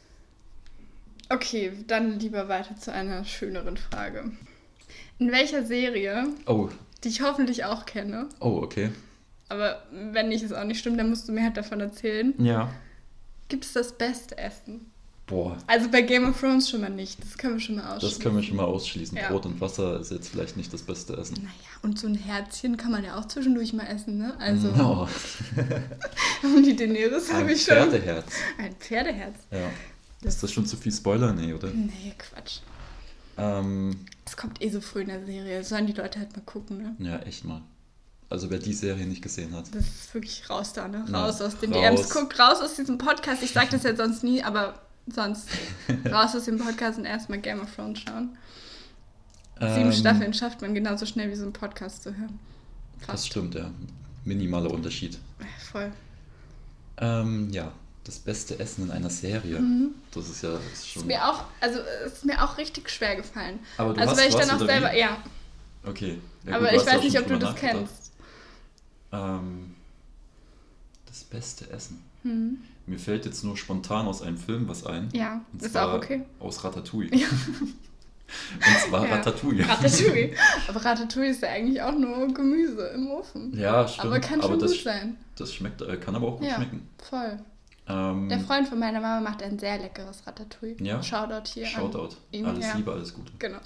Okay, dann lieber weiter zu einer schöneren Frage. In welcher Serie, oh, die ich hoffentlich auch kenne, okay. aber wenn nicht, ist auch nicht stimmt, dann musst du mir halt davon erzählen, Ja. gibt es das beste Essen? Boah, Also bei Game of Thrones schon mal nicht, das können wir schon mal ausschließen. das können wir schon mal ausschließen. Ja. Brot und Wasser ist jetzt vielleicht nicht das beste Essen. Naja, und so ein Herzchen kann man ja auch zwischendurch mal essen, ne? Also, Oh, die Daenerys habe ein ich schon. Pferdeherz. Ein Pferdeherz. Ja. Ist das schon zu viel Spoiler? Nee, oder? Nee, Quatsch. Ähm, Es kommt eh so früh in der Serie. Sollen die Leute halt mal gucken, ne? ja, echt mal. Also wer die Serie nicht gesehen hat. Das ist wirklich raus da, ne? Ja, Raus aus den raus. DMs. Guckt raus aus diesem Podcast. Ich sag das jetzt sonst nie, aber sonst raus aus dem Podcast und erstmal Game of Thrones schauen. 7 Staffeln schafft man genauso schnell wie so einen Podcast zu hören. Das stimmt, ja. Minimaler Unterschied. Voll. Ja, das beste Essen in einer Serie. Das ist ja schon... Ist mir auch richtig schwer gefallen. Aber du also hast weil ich was, dann auch oder selber, wie? ja. Okay. Ja, Aber gut, ich hast ja weiß auch nicht, schon ob du drüber das nachgedacht. kennst. Das beste Essen. Mir fällt jetzt nur spontan aus einem Film was ein. Ja, Und ist zwar auch okay. aus Ratatouille. Ja. Und zwar Ja. Ratatouille. Ratatouille. Aber Ratatouille ist ja eigentlich auch nur Gemüse im Ofen. Ja, stimmt. Aber kann schon das, gut sein. Das schmeckt, kann aber auch gut Ja, schmecken. voll. Der Ähm, Freund von meiner Mama macht ein sehr leckeres Ratatouille. Ja? Shoutout hier Shoutout. an ihn. Alles ja. Liebe, alles Gute. Genau.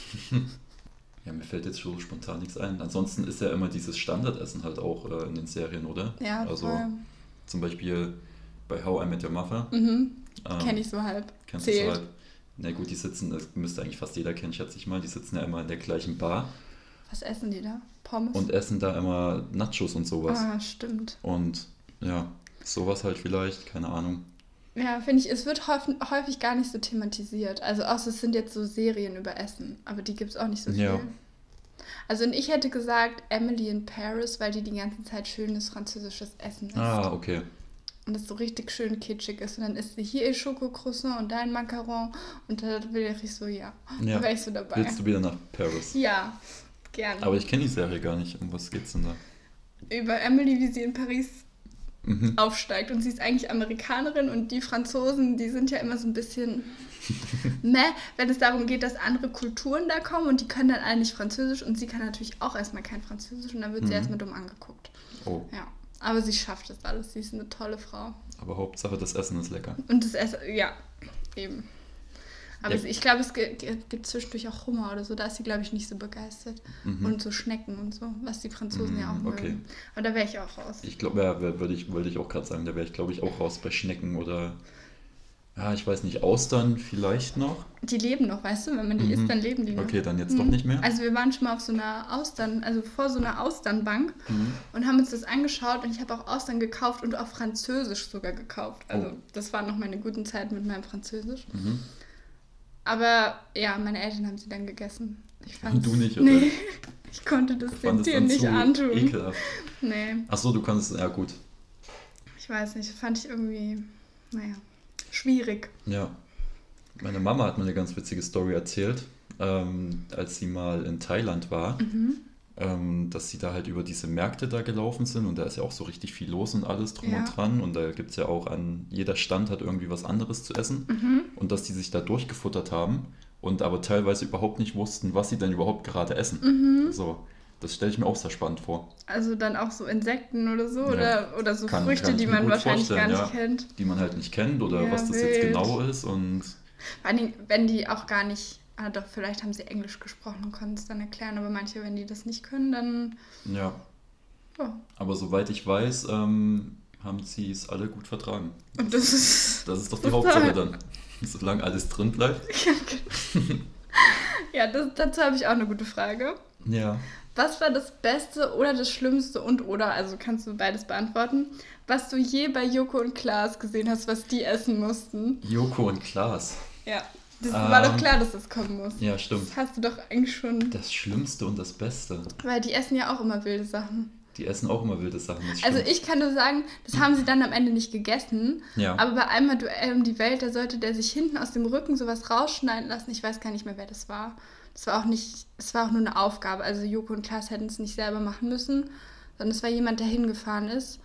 Ja, mir fällt jetzt so spontan nichts ein. Ansonsten ist ja immer dieses Standardessen halt auch in den Serien, oder? Ja, Also voll. zum Beispiel bei How I Met Your Mother. Kenne ich so halb. Kennst du es Zählt. halt? Na gut, die sitzen, das müsste eigentlich fast jeder kennen, schätze ich mal. Die sitzen ja immer in der gleichen Bar Was essen die da? Pommes? und essen da immer Nachos und sowas. Ah, stimmt. Und ja, sowas halt vielleicht, keine Ahnung. Ja, finde ich, es wird häufig gar nicht so thematisiert. Also außer es sind jetzt so Serien über Essen, aber die gibt es auch nicht so viel. Ja. Also und ich hätte gesagt Emily in Paris, weil die ganze Zeit schönes französisches Essen isst. Ah, okay. Und es so richtig schön kitschig ist. Und dann isst sie hier ihr Schokocroissant und da ein Macaron. Und da wäre ich so, ja, Ja. da wäre ich so dabei. Willst du wieder nach Paris? Ja, gerne. Aber ich kenne die Serie gar nicht. Um was geht's denn da? Über Emily, wie sie in Paris Mhm. aufsteigt. Und sie ist eigentlich Amerikanerin und die Franzosen, die sind ja immer so ein bisschen wenn es darum geht, dass andere Kulturen da kommen und die können dann alle nicht Französisch und sie kann natürlich auch erstmal kein Französisch und dann wird sie erstmal dumm angeguckt. Oh, Ja, aber sie schafft das alles. Sie ist eine tolle Frau. aber Hauptsache das Essen ist lecker. Und das Essen, ja, eben. Aber Ja. ich glaube, es gibt zwischendurch auch Hummer oder so. Da ist sie, glaube ich, nicht so begeistert. Und so Schnecken und so, was die Franzosen ja auch mögen. okay. Aber da wäre ich auch raus. Ich glaube, ja, wollte ich auch gerade sagen, da wäre ich, glaube ich, auch raus bei Schnecken oder, ja, ich weiß nicht, Austern vielleicht noch. Die leben noch, weißt du? Wenn man die isst, dann leben die noch. Okay, dann jetzt doch nicht mehr. Also wir waren schon mal auf so einer vor so einer Austernbank und haben uns das angeschaut und ich habe auch Austern gekauft und auf Französisch sogar gekauft. Also das waren noch meine guten Zeiten mit meinem Französisch. Aber ja, meine Eltern haben sie dann gegessen. Ich fand's, Du nicht, oder? Nee, ich konnte das den Fand es Tieren dann nicht zu antun. ekelhaft. Nee, Achso, du kannst, ja gut. ich weiß nicht, fand ich irgendwie, schwierig. Ja. Meine Mama hat mir eine ganz witzige Story erzählt, als sie mal in Thailand war, dass sie da halt über diese Märkte da gelaufen sind und da ist ja auch so richtig viel los und alles drum Ja. und dran und da gibt es ja auch jeder Stand hat irgendwie was anderes zu essen und dass die sich da durchgefuttert haben und aber teilweise überhaupt nicht wussten, was sie denn überhaupt gerade essen. So, das stelle ich mir auch sehr spannend vor. Also dann auch so Insekten oder so Ja. oder so Kann Früchte, ich die mir man gut wahrscheinlich gar vorstellen, nicht ja. kennt. Die man halt nicht kennt oder Ja, was das jetzt wild. genau ist und Vor allen Dingen, wenn die auch gar nicht, doch, vielleicht haben sie Englisch gesprochen und konnten es dann erklären, aber manche, wenn die das nicht können, dann, ja. ja. Aber soweit ich weiß, haben sie es alle gut vertragen. Und das ist, Das ist doch die Hauptsache dann. Solange alles drin bleibt. ja, dazu habe ich auch eine gute Frage. Ja. Was war das Beste oder das Schlimmste also kannst du beides beantworten, was du je bei Joko und Klaas gesehen hast, was die essen mussten? Joko und Klaas. Ja, Das war doch klar, dass das kommen muss. Ja, stimmt. Das hast du doch eigentlich schon... Das Schlimmste und das Beste. Weil die essen ja auch immer wilde Sachen. Die essen auch immer wilde Sachen, das Also stimmt. ich kann nur sagen, das haben sie dann am Ende nicht gegessen. Ja. Aber bei einmal Duell um die Welt, da sollte der sich hinten aus dem Rücken sowas rausschneiden lassen. Ich weiß gar nicht mehr, wer das war. Es war auch nur eine Aufgabe. Also Joko und Klaas hätten es nicht selber machen müssen, sondern es war jemand, der hingefahren ist.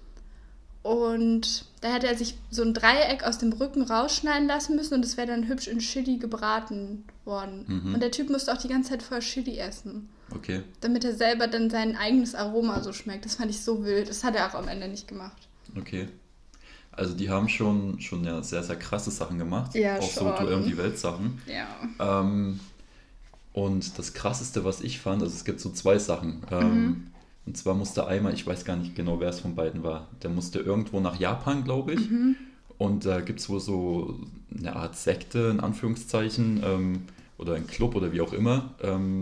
Und da hätte er sich so ein Dreieck aus dem Rücken rausschneiden lassen müssen und es wäre dann hübsch in Chili gebraten worden. Mhm. Und der Typ musste auch die ganze Zeit vorher Chili essen. Okay. Damit er selber dann sein eigenes Aroma so schmeckt. Das fand ich so wild. Das hat er auch am Ende nicht gemacht. Okay. Also die haben schon ja sehr, sehr krasse Sachen gemacht. Ja, auch schon. so Duell um die Welt Sachen. Ja. Und das Krasseste, was ich fand, also es gibt so 2 Sachen. Und zwar musste einmal, ich weiß gar nicht genau, wer es von beiden war, der musste irgendwo nach Japan, glaube ich. Und da gibt es wohl so eine Art Sekte, in Anführungszeichen, oder ein Club oder wie auch immer.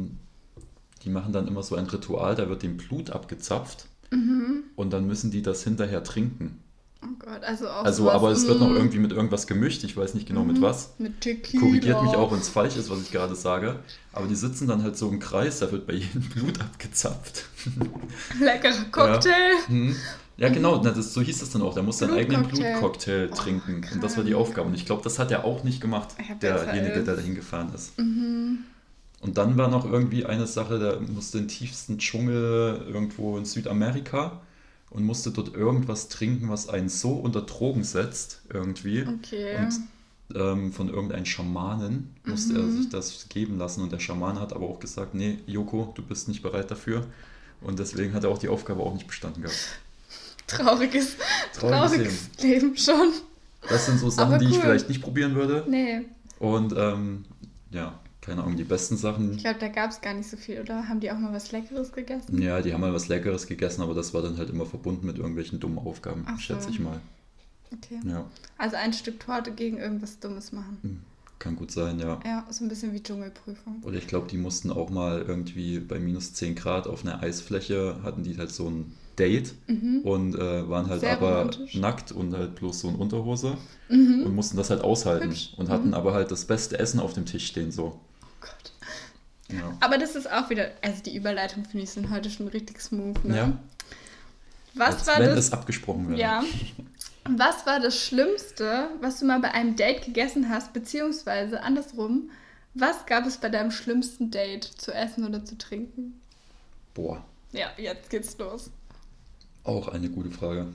Die machen dann immer so ein Ritual, da wird dem Blut abgezapft und dann müssen die das hinterher trinken. Oh Gott, also auch Also, sowas, aber es wird noch irgendwie mit irgendwas gemischt, ich weiß nicht genau mit was. Mit Tequila. Korrigiert mich auch, wenn es falsch ist, was ich gerade sage. Aber die sitzen dann halt so im Kreis, da wird bei jedem Blut abgezapft. Leckerer Cocktail. Ja, genau, so hieß es dann auch. Der muss seinen eigenen Blutcocktail. Blutcocktail trinken. Krank. Und das war die Aufgabe. Und ich glaube, das hat er auch nicht gemacht, derjenige, der dahin gefahren ist. Und dann war noch irgendwie eine Sache, der musste in den tiefsten Dschungel irgendwo in Südamerika und musste dort irgendwas trinken, was einen so unter Drogen setzt, irgendwie. Okay. Und von irgendeinem Schamanen musste er sich das geben lassen. Und der Schaman hat aber auch gesagt, nee, Joko, du bist nicht bereit dafür. Und deswegen hat er auch die Aufgabe auch nicht bestanden gehabt. Trauriges Leben schon. Das sind so Sachen, Aber die ich cool. vielleicht nicht probieren würde. Nee. Und ja, keine Ahnung, die besten Sachen. Ich glaube, da gab es gar nicht so viel, oder? Haben die auch mal was Leckeres gegessen? Ja, die haben mal was Leckeres gegessen, aber das war dann halt immer verbunden mit irgendwelchen dummen Aufgaben, Ach so. schätze ich mal. Okay. Ja, Also ein Stück Torte gegen irgendwas Dummes machen. kann gut sein, ja. Ja, so ein bisschen wie Dschungelprüfung. Oder ich glaube, die mussten auch mal irgendwie bei minus 10 Grad auf einer Eisfläche, hatten die halt so ein Date und waren halt Sehr aber romantisch. nackt und halt bloß so in Unterhose und mussten das halt aushalten Hübsch. und hatten aber halt das beste Essen auf dem Tisch stehen, so. Oh Gott. Ja. Aber das ist auch wieder, also die Überleitung finde ich sind heute schon richtig smooth, ne? Ja. Was Als war wenn das? es abgesprochen wäre. Ja. Was war das Schlimmste, was du mal bei einem Date gegessen hast, beziehungsweise andersrum, was gab es bei deinem schlimmsten Date zu essen oder zu trinken? Boah, Ja, jetzt geht's los. auch eine gute Frage.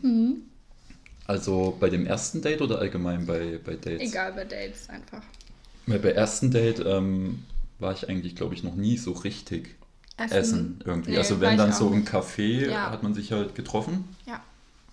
Also bei dem ersten Date oder allgemein bei Dates? Egal, bei Dates einfach. Weil bei ersten Date war ich eigentlich, glaube ich, noch nie so richtig essen irgendwie. Nee, also war wenn ich dann auch so im nicht. Café Ja. hat man sich halt getroffen. Ja.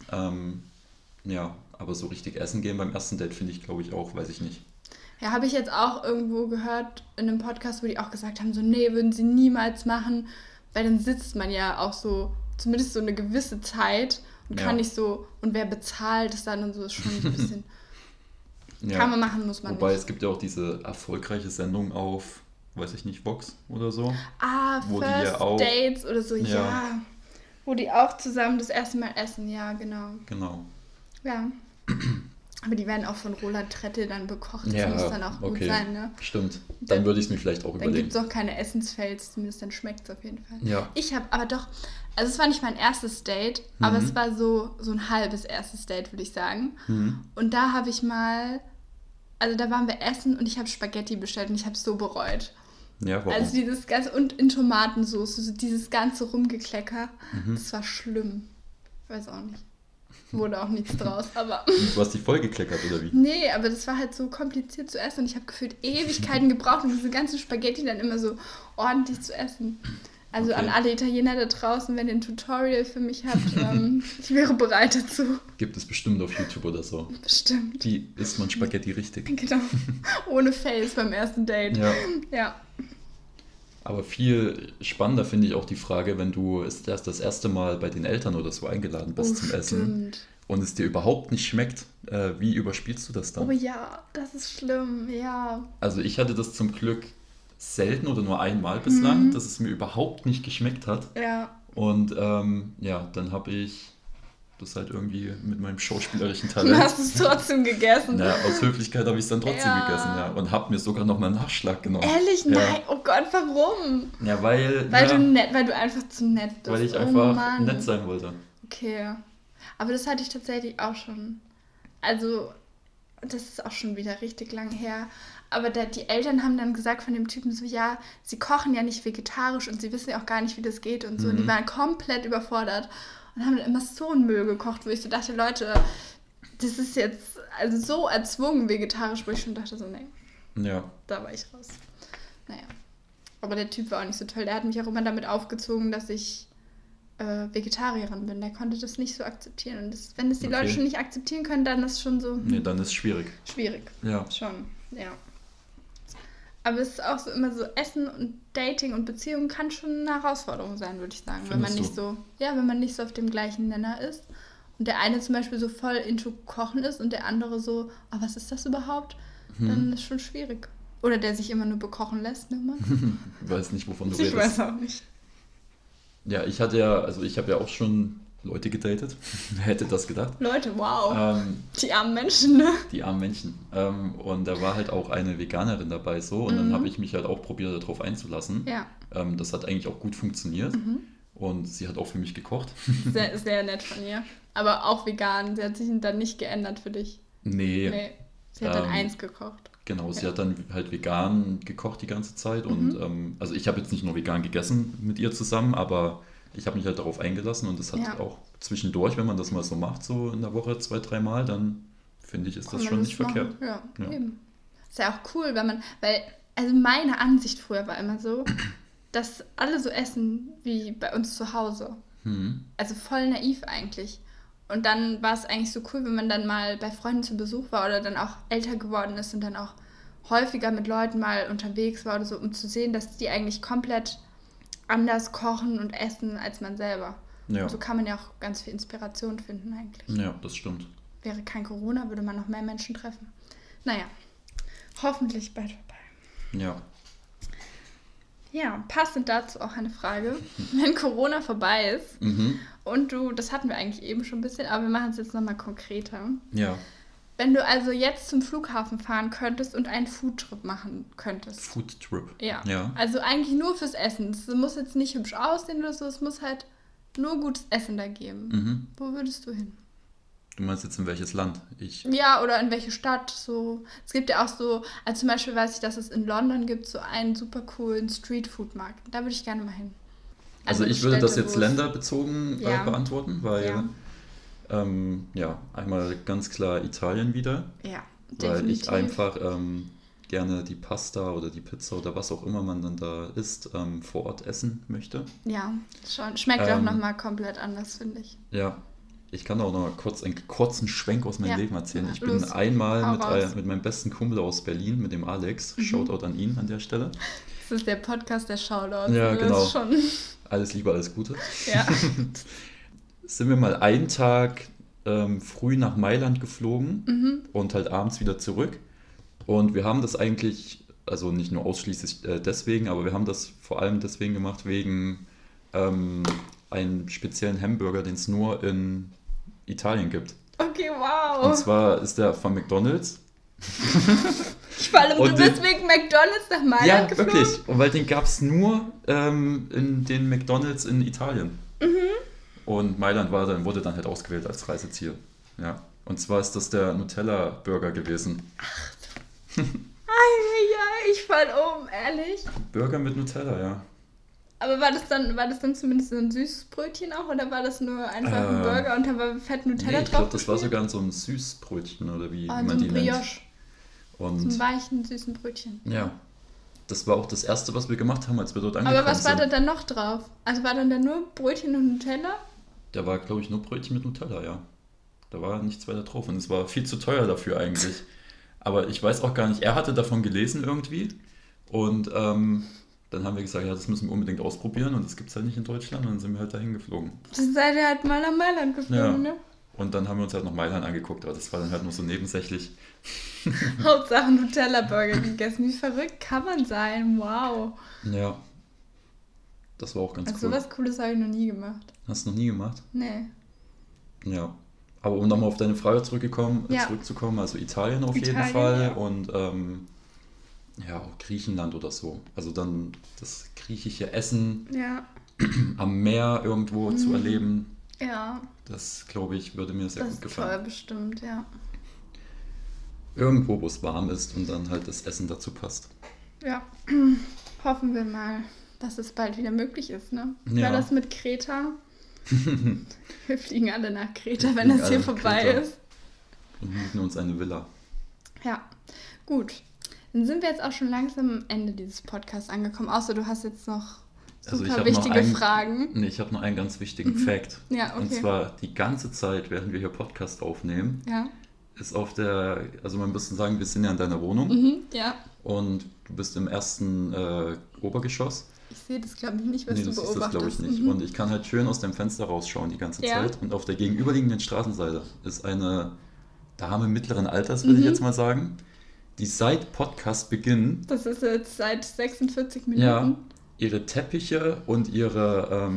Ja, aber so richtig essen gehen beim ersten Date finde ich, glaube ich, auch, weiß ich nicht. Ja, habe ich jetzt auch irgendwo gehört in einem Podcast, wo die auch gesagt haben, so nee, würden sie niemals machen, weil dann sitzt man ja auch so, zumindest so eine gewisse Zeit und kann nicht so, und wer bezahlt es dann und so, ist schon so ein bisschen, Ja. kann man machen, muss man Wobei nicht. es gibt ja auch diese erfolgreiche Sendung auf, weiß ich nicht, Vox oder so. Wo die ja First auch- Dates oder so, ja. Ja. Wo die auch zusammen das erste Mal essen, ja, genau. Genau. Ja. Aber die werden auch von Roland Trettel dann bekocht, das Ja, muss dann auch gut okay. sein, ne? Stimmt. Dann würde ich es mir vielleicht auch Dann überlegen. gibt es auch keine Essensfails, zumindest dann schmeckt es auf jeden Fall. Ja. Ich habe aber doch, also es war nicht mein erstes Date, aber es war so ein halbes erstes Date, würde ich sagen. Und da habe ich mal, also da waren wir essen und ich habe Spaghetti bestellt und ich habe es so bereut. Ja, warum? Also dieses ganze, und in Tomatensauce, so dieses ganze Rumgeklecker, das war schlimm. Weiß auch nicht. Wurde auch nichts draus, aber... Du hast dich voll gekleckert, oder wie? Nee, aber das war halt so kompliziert zu essen und ich habe gefühlt Ewigkeiten gebraucht, um diese ganzen Spaghetti dann immer so ordentlich zu essen. Also Okay. an alle Italiener da draußen, wenn ihr ein Tutorial für mich habt, ich wäre bereit dazu. Gibt es bestimmt auf YouTube oder so. Bestimmt. Wie isst man Spaghetti richtig? Genau. Ohne Fails beim ersten Date. Ja. Ja. Aber viel spannender finde ich auch die Frage, wenn du erst das erste Mal bei den Eltern oder so eingeladen bist zum Essen Stimmt. und es dir überhaupt nicht schmeckt, wie überspielst du das dann? Oh ja, das ist schlimm, ja. Also ich hatte das zum Glück selten oder nur einmal bislang, dass es mir überhaupt nicht geschmeckt hat. Ja. Und ja, dann habe ich das halt irgendwie mit meinem schauspielerischen Dann Talent. hast du es trotzdem gegessen. Ja, aus Höflichkeit habe ich es dann trotzdem gegessen, ja. Und habe mir sogar noch mal einen Nachschlag genommen. Ehrlich? Ja. Nein, oh Gott, warum? Ja, weil du einfach zu nett bist. weil ich einfach nett sein wollte. Okay. Aber das hatte ich tatsächlich auch schon. Also, das ist auch schon wieder richtig lang her. Aber die Eltern haben dann gesagt von dem Typen so, ja, sie kochen ja nicht vegetarisch und sie wissen ja auch gar nicht, wie das geht und so. Und die waren komplett überfordert und haben dann immer so einen Müll gekocht, wo ich so dachte, Leute, das ist jetzt also so erzwungen vegetarisch, wo ich schon dachte so, nee. Ja. Da war ich raus. Naja. Aber der Typ war auch nicht so toll. Der hat mich auch immer damit aufgezogen, dass ich Vegetarierin bin. Der konnte das nicht so akzeptieren. Und wenn das die Leute schon nicht akzeptieren können, dann ist es schon so... Nee, dann ist es schwierig. Schwierig. Ja. Schon, ja. Aber es ist auch so immer so, Essen und Dating und Beziehung kann schon eine Herausforderung sein, würde ich sagen. Wenn man nicht so, wenn man nicht so auf dem gleichen Nenner ist. Und der eine zum Beispiel so voll into Kochen ist und der andere so, was ist das überhaupt? Dann ist es schon schwierig. Oder der sich immer nur bekochen lässt, ne, Mann? Ich weiß nicht, wovon du redest. Ich weiß auch nicht. Ja, ich habe ja auch schon Leute gedatet. Wer hätte das gedacht? Leute, wow. Die armen Menschen, ne? Die armen Menschen. Und da war halt auch eine Veganerin dabei so. Und dann habe ich mich halt auch probiert, darauf einzulassen. Ja. Das hat eigentlich auch gut funktioniert. Und sie hat auch für mich gekocht. Sehr, sehr nett von ihr. Aber auch vegan. Sie hat sich dann nicht geändert für dich. Nee. Sie hat dann eins gekocht. Genau, sie hat dann halt vegan gekocht die ganze Zeit. Und also ich habe jetzt nicht nur vegan gegessen mit ihr zusammen, aber ich habe mich halt darauf eingelassen und das hat auch zwischendurch, wenn man das mal so macht, so in der Woche 2-3 Mal, dann finde ich, ist das schon nicht verkehrt. Ja, eben. Ist ja auch cool, also meine Ansicht früher war immer so, dass alle so essen wie bei uns zu Hause. Also voll naiv eigentlich. Und dann war es eigentlich so cool, wenn man dann mal bei Freunden zu Besuch war oder dann auch älter geworden ist und dann auch häufiger mit Leuten mal unterwegs war oder so, um zu sehen, dass die eigentlich komplett anders kochen und essen als man selber. Ja. Und so kann man ja auch ganz viel Inspiration finden eigentlich. Ja, das stimmt. Wäre kein Corona, würde man noch mehr Menschen treffen. Naja, hoffentlich bald vorbei. Ja. Ja, passend dazu auch eine Frage. Wenn Corona vorbei ist und das hatten wir eigentlich eben schon ein bisschen, aber wir machen es jetzt nochmal konkreter. Ja. Wenn du also jetzt zum Flughafen fahren könntest und einen Foodtrip machen könntest. Foodtrip? Ja. Also eigentlich nur fürs Essen. Es muss jetzt nicht hübsch aussehen oder so, es muss halt nur gutes Essen da geben. Wo würdest du hin? Du meinst jetzt in welches Land? Ja, oder in welche Stadt. So. Es gibt ja auch so, also zum Beispiel weiß ich, dass es in London gibt, so einen super coolen Streetfood-Markt. Da würde ich gerne mal hin. Also ich würde das jetzt länderbezogen beantworten, weil einmal ganz klar Italien wieder. Ja, definitiv. Weil ich einfach gerne die Pasta oder die Pizza oder was auch immer man dann da isst, vor Ort essen möchte. Ja, schon. Schmeckt auch nochmal komplett anders, finde ich. Ja. Ich kann auch noch mal kurz einen kurzen Schwenk aus meinem Leben erzählen. Ich bin einmal mit meinem besten Kumpel aus Berlin, mit dem Alex, Shoutout an ihn an der Stelle. Das ist der Podcast der Shoutouts. Ja, genau. Alles Liebe, alles Gute. Ja. Sind wir mal einen Tag früh nach Mailand geflogen und halt abends wieder zurück. Und wir haben das eigentlich, also nicht nur ausschließlich deswegen, aber wir haben das vor allem deswegen gemacht, wegen einen speziellen Hamburger, den es nur in Italien gibt. Okay, wow. Und zwar ist der von McDonald's. Vor allem, du bist wegen McDonald's nach Mailand geflogen? Ja, wirklich. Und weil den gab es nur in den McDonald's in Italien. Und Mailand wurde dann halt ausgewählt als Reiseziel. Ja. Und zwar ist das der Nutella-Burger gewesen. Ach, ich fall ehrlich. Burger mit Nutella, ja. Aber war das dann zumindest so ein süßes Brötchen auch oder war das nur einfach ein Burger und da war fett Nutella drauf? Ich glaube, das war sogar so ein Süßbrötchen oder wie man die nennt. Und so ein weichen, süßen Brötchen. Ja. Das war auch das Erste, was wir gemacht haben, als wir dort angekommen sind. Aber was war da dann noch drauf? Also war dann da nur Brötchen und Nutella? Da war, glaube ich, nur Brötchen mit Nutella, ja. Da war nichts weiter drauf und es war viel zu teuer dafür eigentlich. Aber ich weiß auch gar nicht, er hatte davon gelesen irgendwie und dann haben wir gesagt, ja, das müssen wir unbedingt ausprobieren und das gibt es halt nicht in Deutschland und dann sind wir halt dahin geflogen. Dann seid ihr halt mal nach Mailand geflogen, ne? Und dann haben wir uns halt noch Mailand angeguckt, aber das war dann halt nur so nebensächlich. Hauptsache Nutella-Burger gegessen. Wie verrückt kann man sein? Wow. Ja. Das war auch ganz cool. Also sowas Cooles habe ich noch nie gemacht. Hast du noch nie gemacht? Nee. Ja. Aber um nochmal auf deine Frage zurückzukommen, also Italien auf jeden Fall ja. und auch Griechenland oder so. Also dann das griechische Essen am Meer irgendwo zu erleben. Ja. Das, glaube ich, würde mir sehr gut gefallen. Das ist toll, bestimmt, ja. Irgendwo, wo es warm ist und dann halt das Essen dazu passt. Ja, hoffen wir mal, dass es bald wieder möglich ist, ne? Ja. War das mit Kreta? Wir fliegen alle nach Kreta, wenn das hier vorbei ist. Und mieten uns eine Villa. Ja, gut. Dann sind wir jetzt auch schon langsam am Ende dieses Podcasts angekommen. Außer du hast jetzt noch super wichtige Fragen. Nee, ich habe noch einen ganz wichtigen Fact. Ja, okay. Und zwar die ganze Zeit, während wir hier Podcast aufnehmen, ist also man müsste sagen, wir sind ja in deiner Wohnung. Ja. Und du bist im ersten Obergeschoss. Ich sehe das, glaube ich, nicht, was du beobachtest. Nee, du siehst das, glaube ich, nicht. Und ich kann halt schön aus dem Fenster rausschauen die ganze Zeit. Und auf der gegenüberliegenden Straßenseite ist eine Dame mittleren Alters, würde ich jetzt mal sagen, die seit Podcastbeginn... Das ist jetzt seit 46 Minuten. Ihre Teppiche und ihre,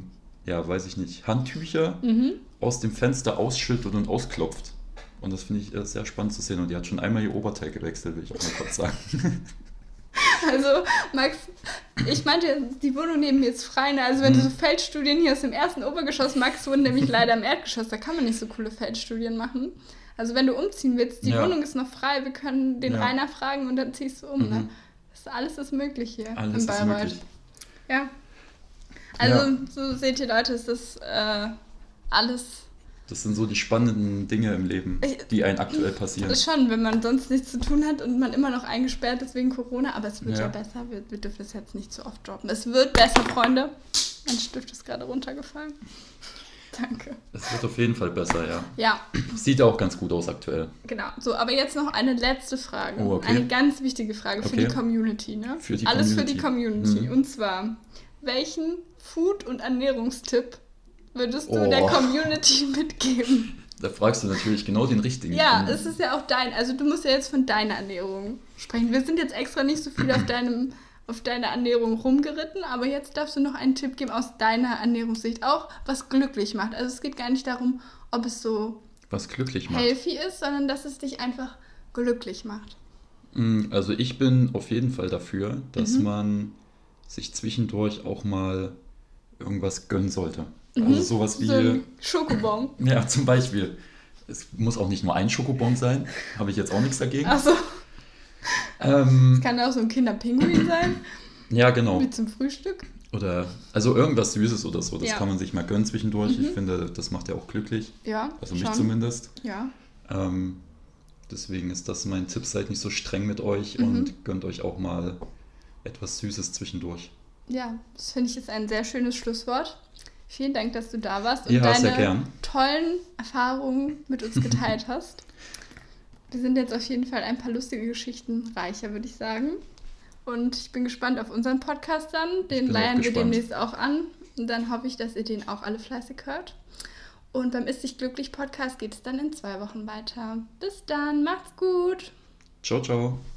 Handtücher aus dem Fenster ausschüttet und ausklopft. Und das finde ich sehr spannend zu sehen. Und die hat schon einmal ihr Oberteil gewechselt, will ich auch mal kurz sagen. Also, Max, ich meinte, die Wohnung neben mir ist frei. Ne? Also wenn du so Feldstudien hier aus dem ersten Obergeschoss magst, wohnen nämlich leider im Erdgeschoss. Da kann man nicht so coole Feldstudien machen. Also wenn du umziehen willst, die Wohnung ist noch frei. Wir können den Rainer fragen und dann ziehst du um. Ne? Alles ist möglich hier alles in Bayreuth. Ist möglich. Ja. Also so seht ihr, Leute, es ist alles... Das sind so die spannenden Dinge im Leben, die einen aktuell passieren. Schon, wenn man sonst nichts zu tun hat und man immer noch eingesperrt ist wegen Corona. Aber es wird ja besser. Wir dürfen es jetzt nicht zu oft droppen. Es wird besser, Freunde. Mein Stift ist gerade runtergefallen. Danke. Es wird auf jeden Fall besser, ja. Ja. Sieht auch ganz gut aus aktuell. Genau. So, aber jetzt noch eine letzte Frage. Oh, okay. Eine ganz wichtige Frage für die Community. Ne? Alles für die Community. Und zwar, welchen Food- und Ernährungstipp würdest du der Community mitgeben? Da fragst du natürlich genau den richtigen. Ja, es ist ja auch also du musst ja jetzt von deiner Ernährung sprechen. Wir sind jetzt extra nicht so viel auf deine Ernährung rumgeritten, aber jetzt darfst du noch einen Tipp geben aus deiner Ernährungssicht, auch was glücklich macht. Also es geht gar nicht darum, ob es so was glücklich macht. Healthy ist, sondern dass es dich einfach glücklich macht. Also ich bin auf jeden Fall dafür, dass man sich zwischendurch auch mal irgendwas gönnen sollte. Also sowas wie... So ein Schokobon. Ja, zum Beispiel. Es muss auch nicht nur ein Schokobon sein. Habe ich jetzt auch nichts dagegen. Ach so. Es kann auch so ein Kinderpinguin sein. Ja, genau. Wie zum Frühstück. Oder, also irgendwas Süßes oder so. Das kann man sich mal gönnen zwischendurch. Ich finde, das macht ja auch glücklich. Ja, also mich zumindest. Ja. Deswegen ist das mein Tipp. Seid nicht so streng mit euch und gönnt euch auch mal etwas Süßes zwischendurch. Ja, das finde ich ist ein sehr schönes Schlusswort. Vielen Dank, dass du da warst und sehr deine gern. Tollen Erfahrungen mit uns geteilt hast. Wir sind jetzt auf jeden Fall ein paar lustige Geschichten reicher, würde ich sagen. Und ich bin gespannt auf unseren Podcast dann. Den leiern wir demnächst auch an. Und dann hoffe ich, dass ihr den auch alle fleißig hört. Und beim Ist dich glücklich Podcast geht es dann in 2 Wochen weiter. Bis dann, macht's gut. Ciao, ciao.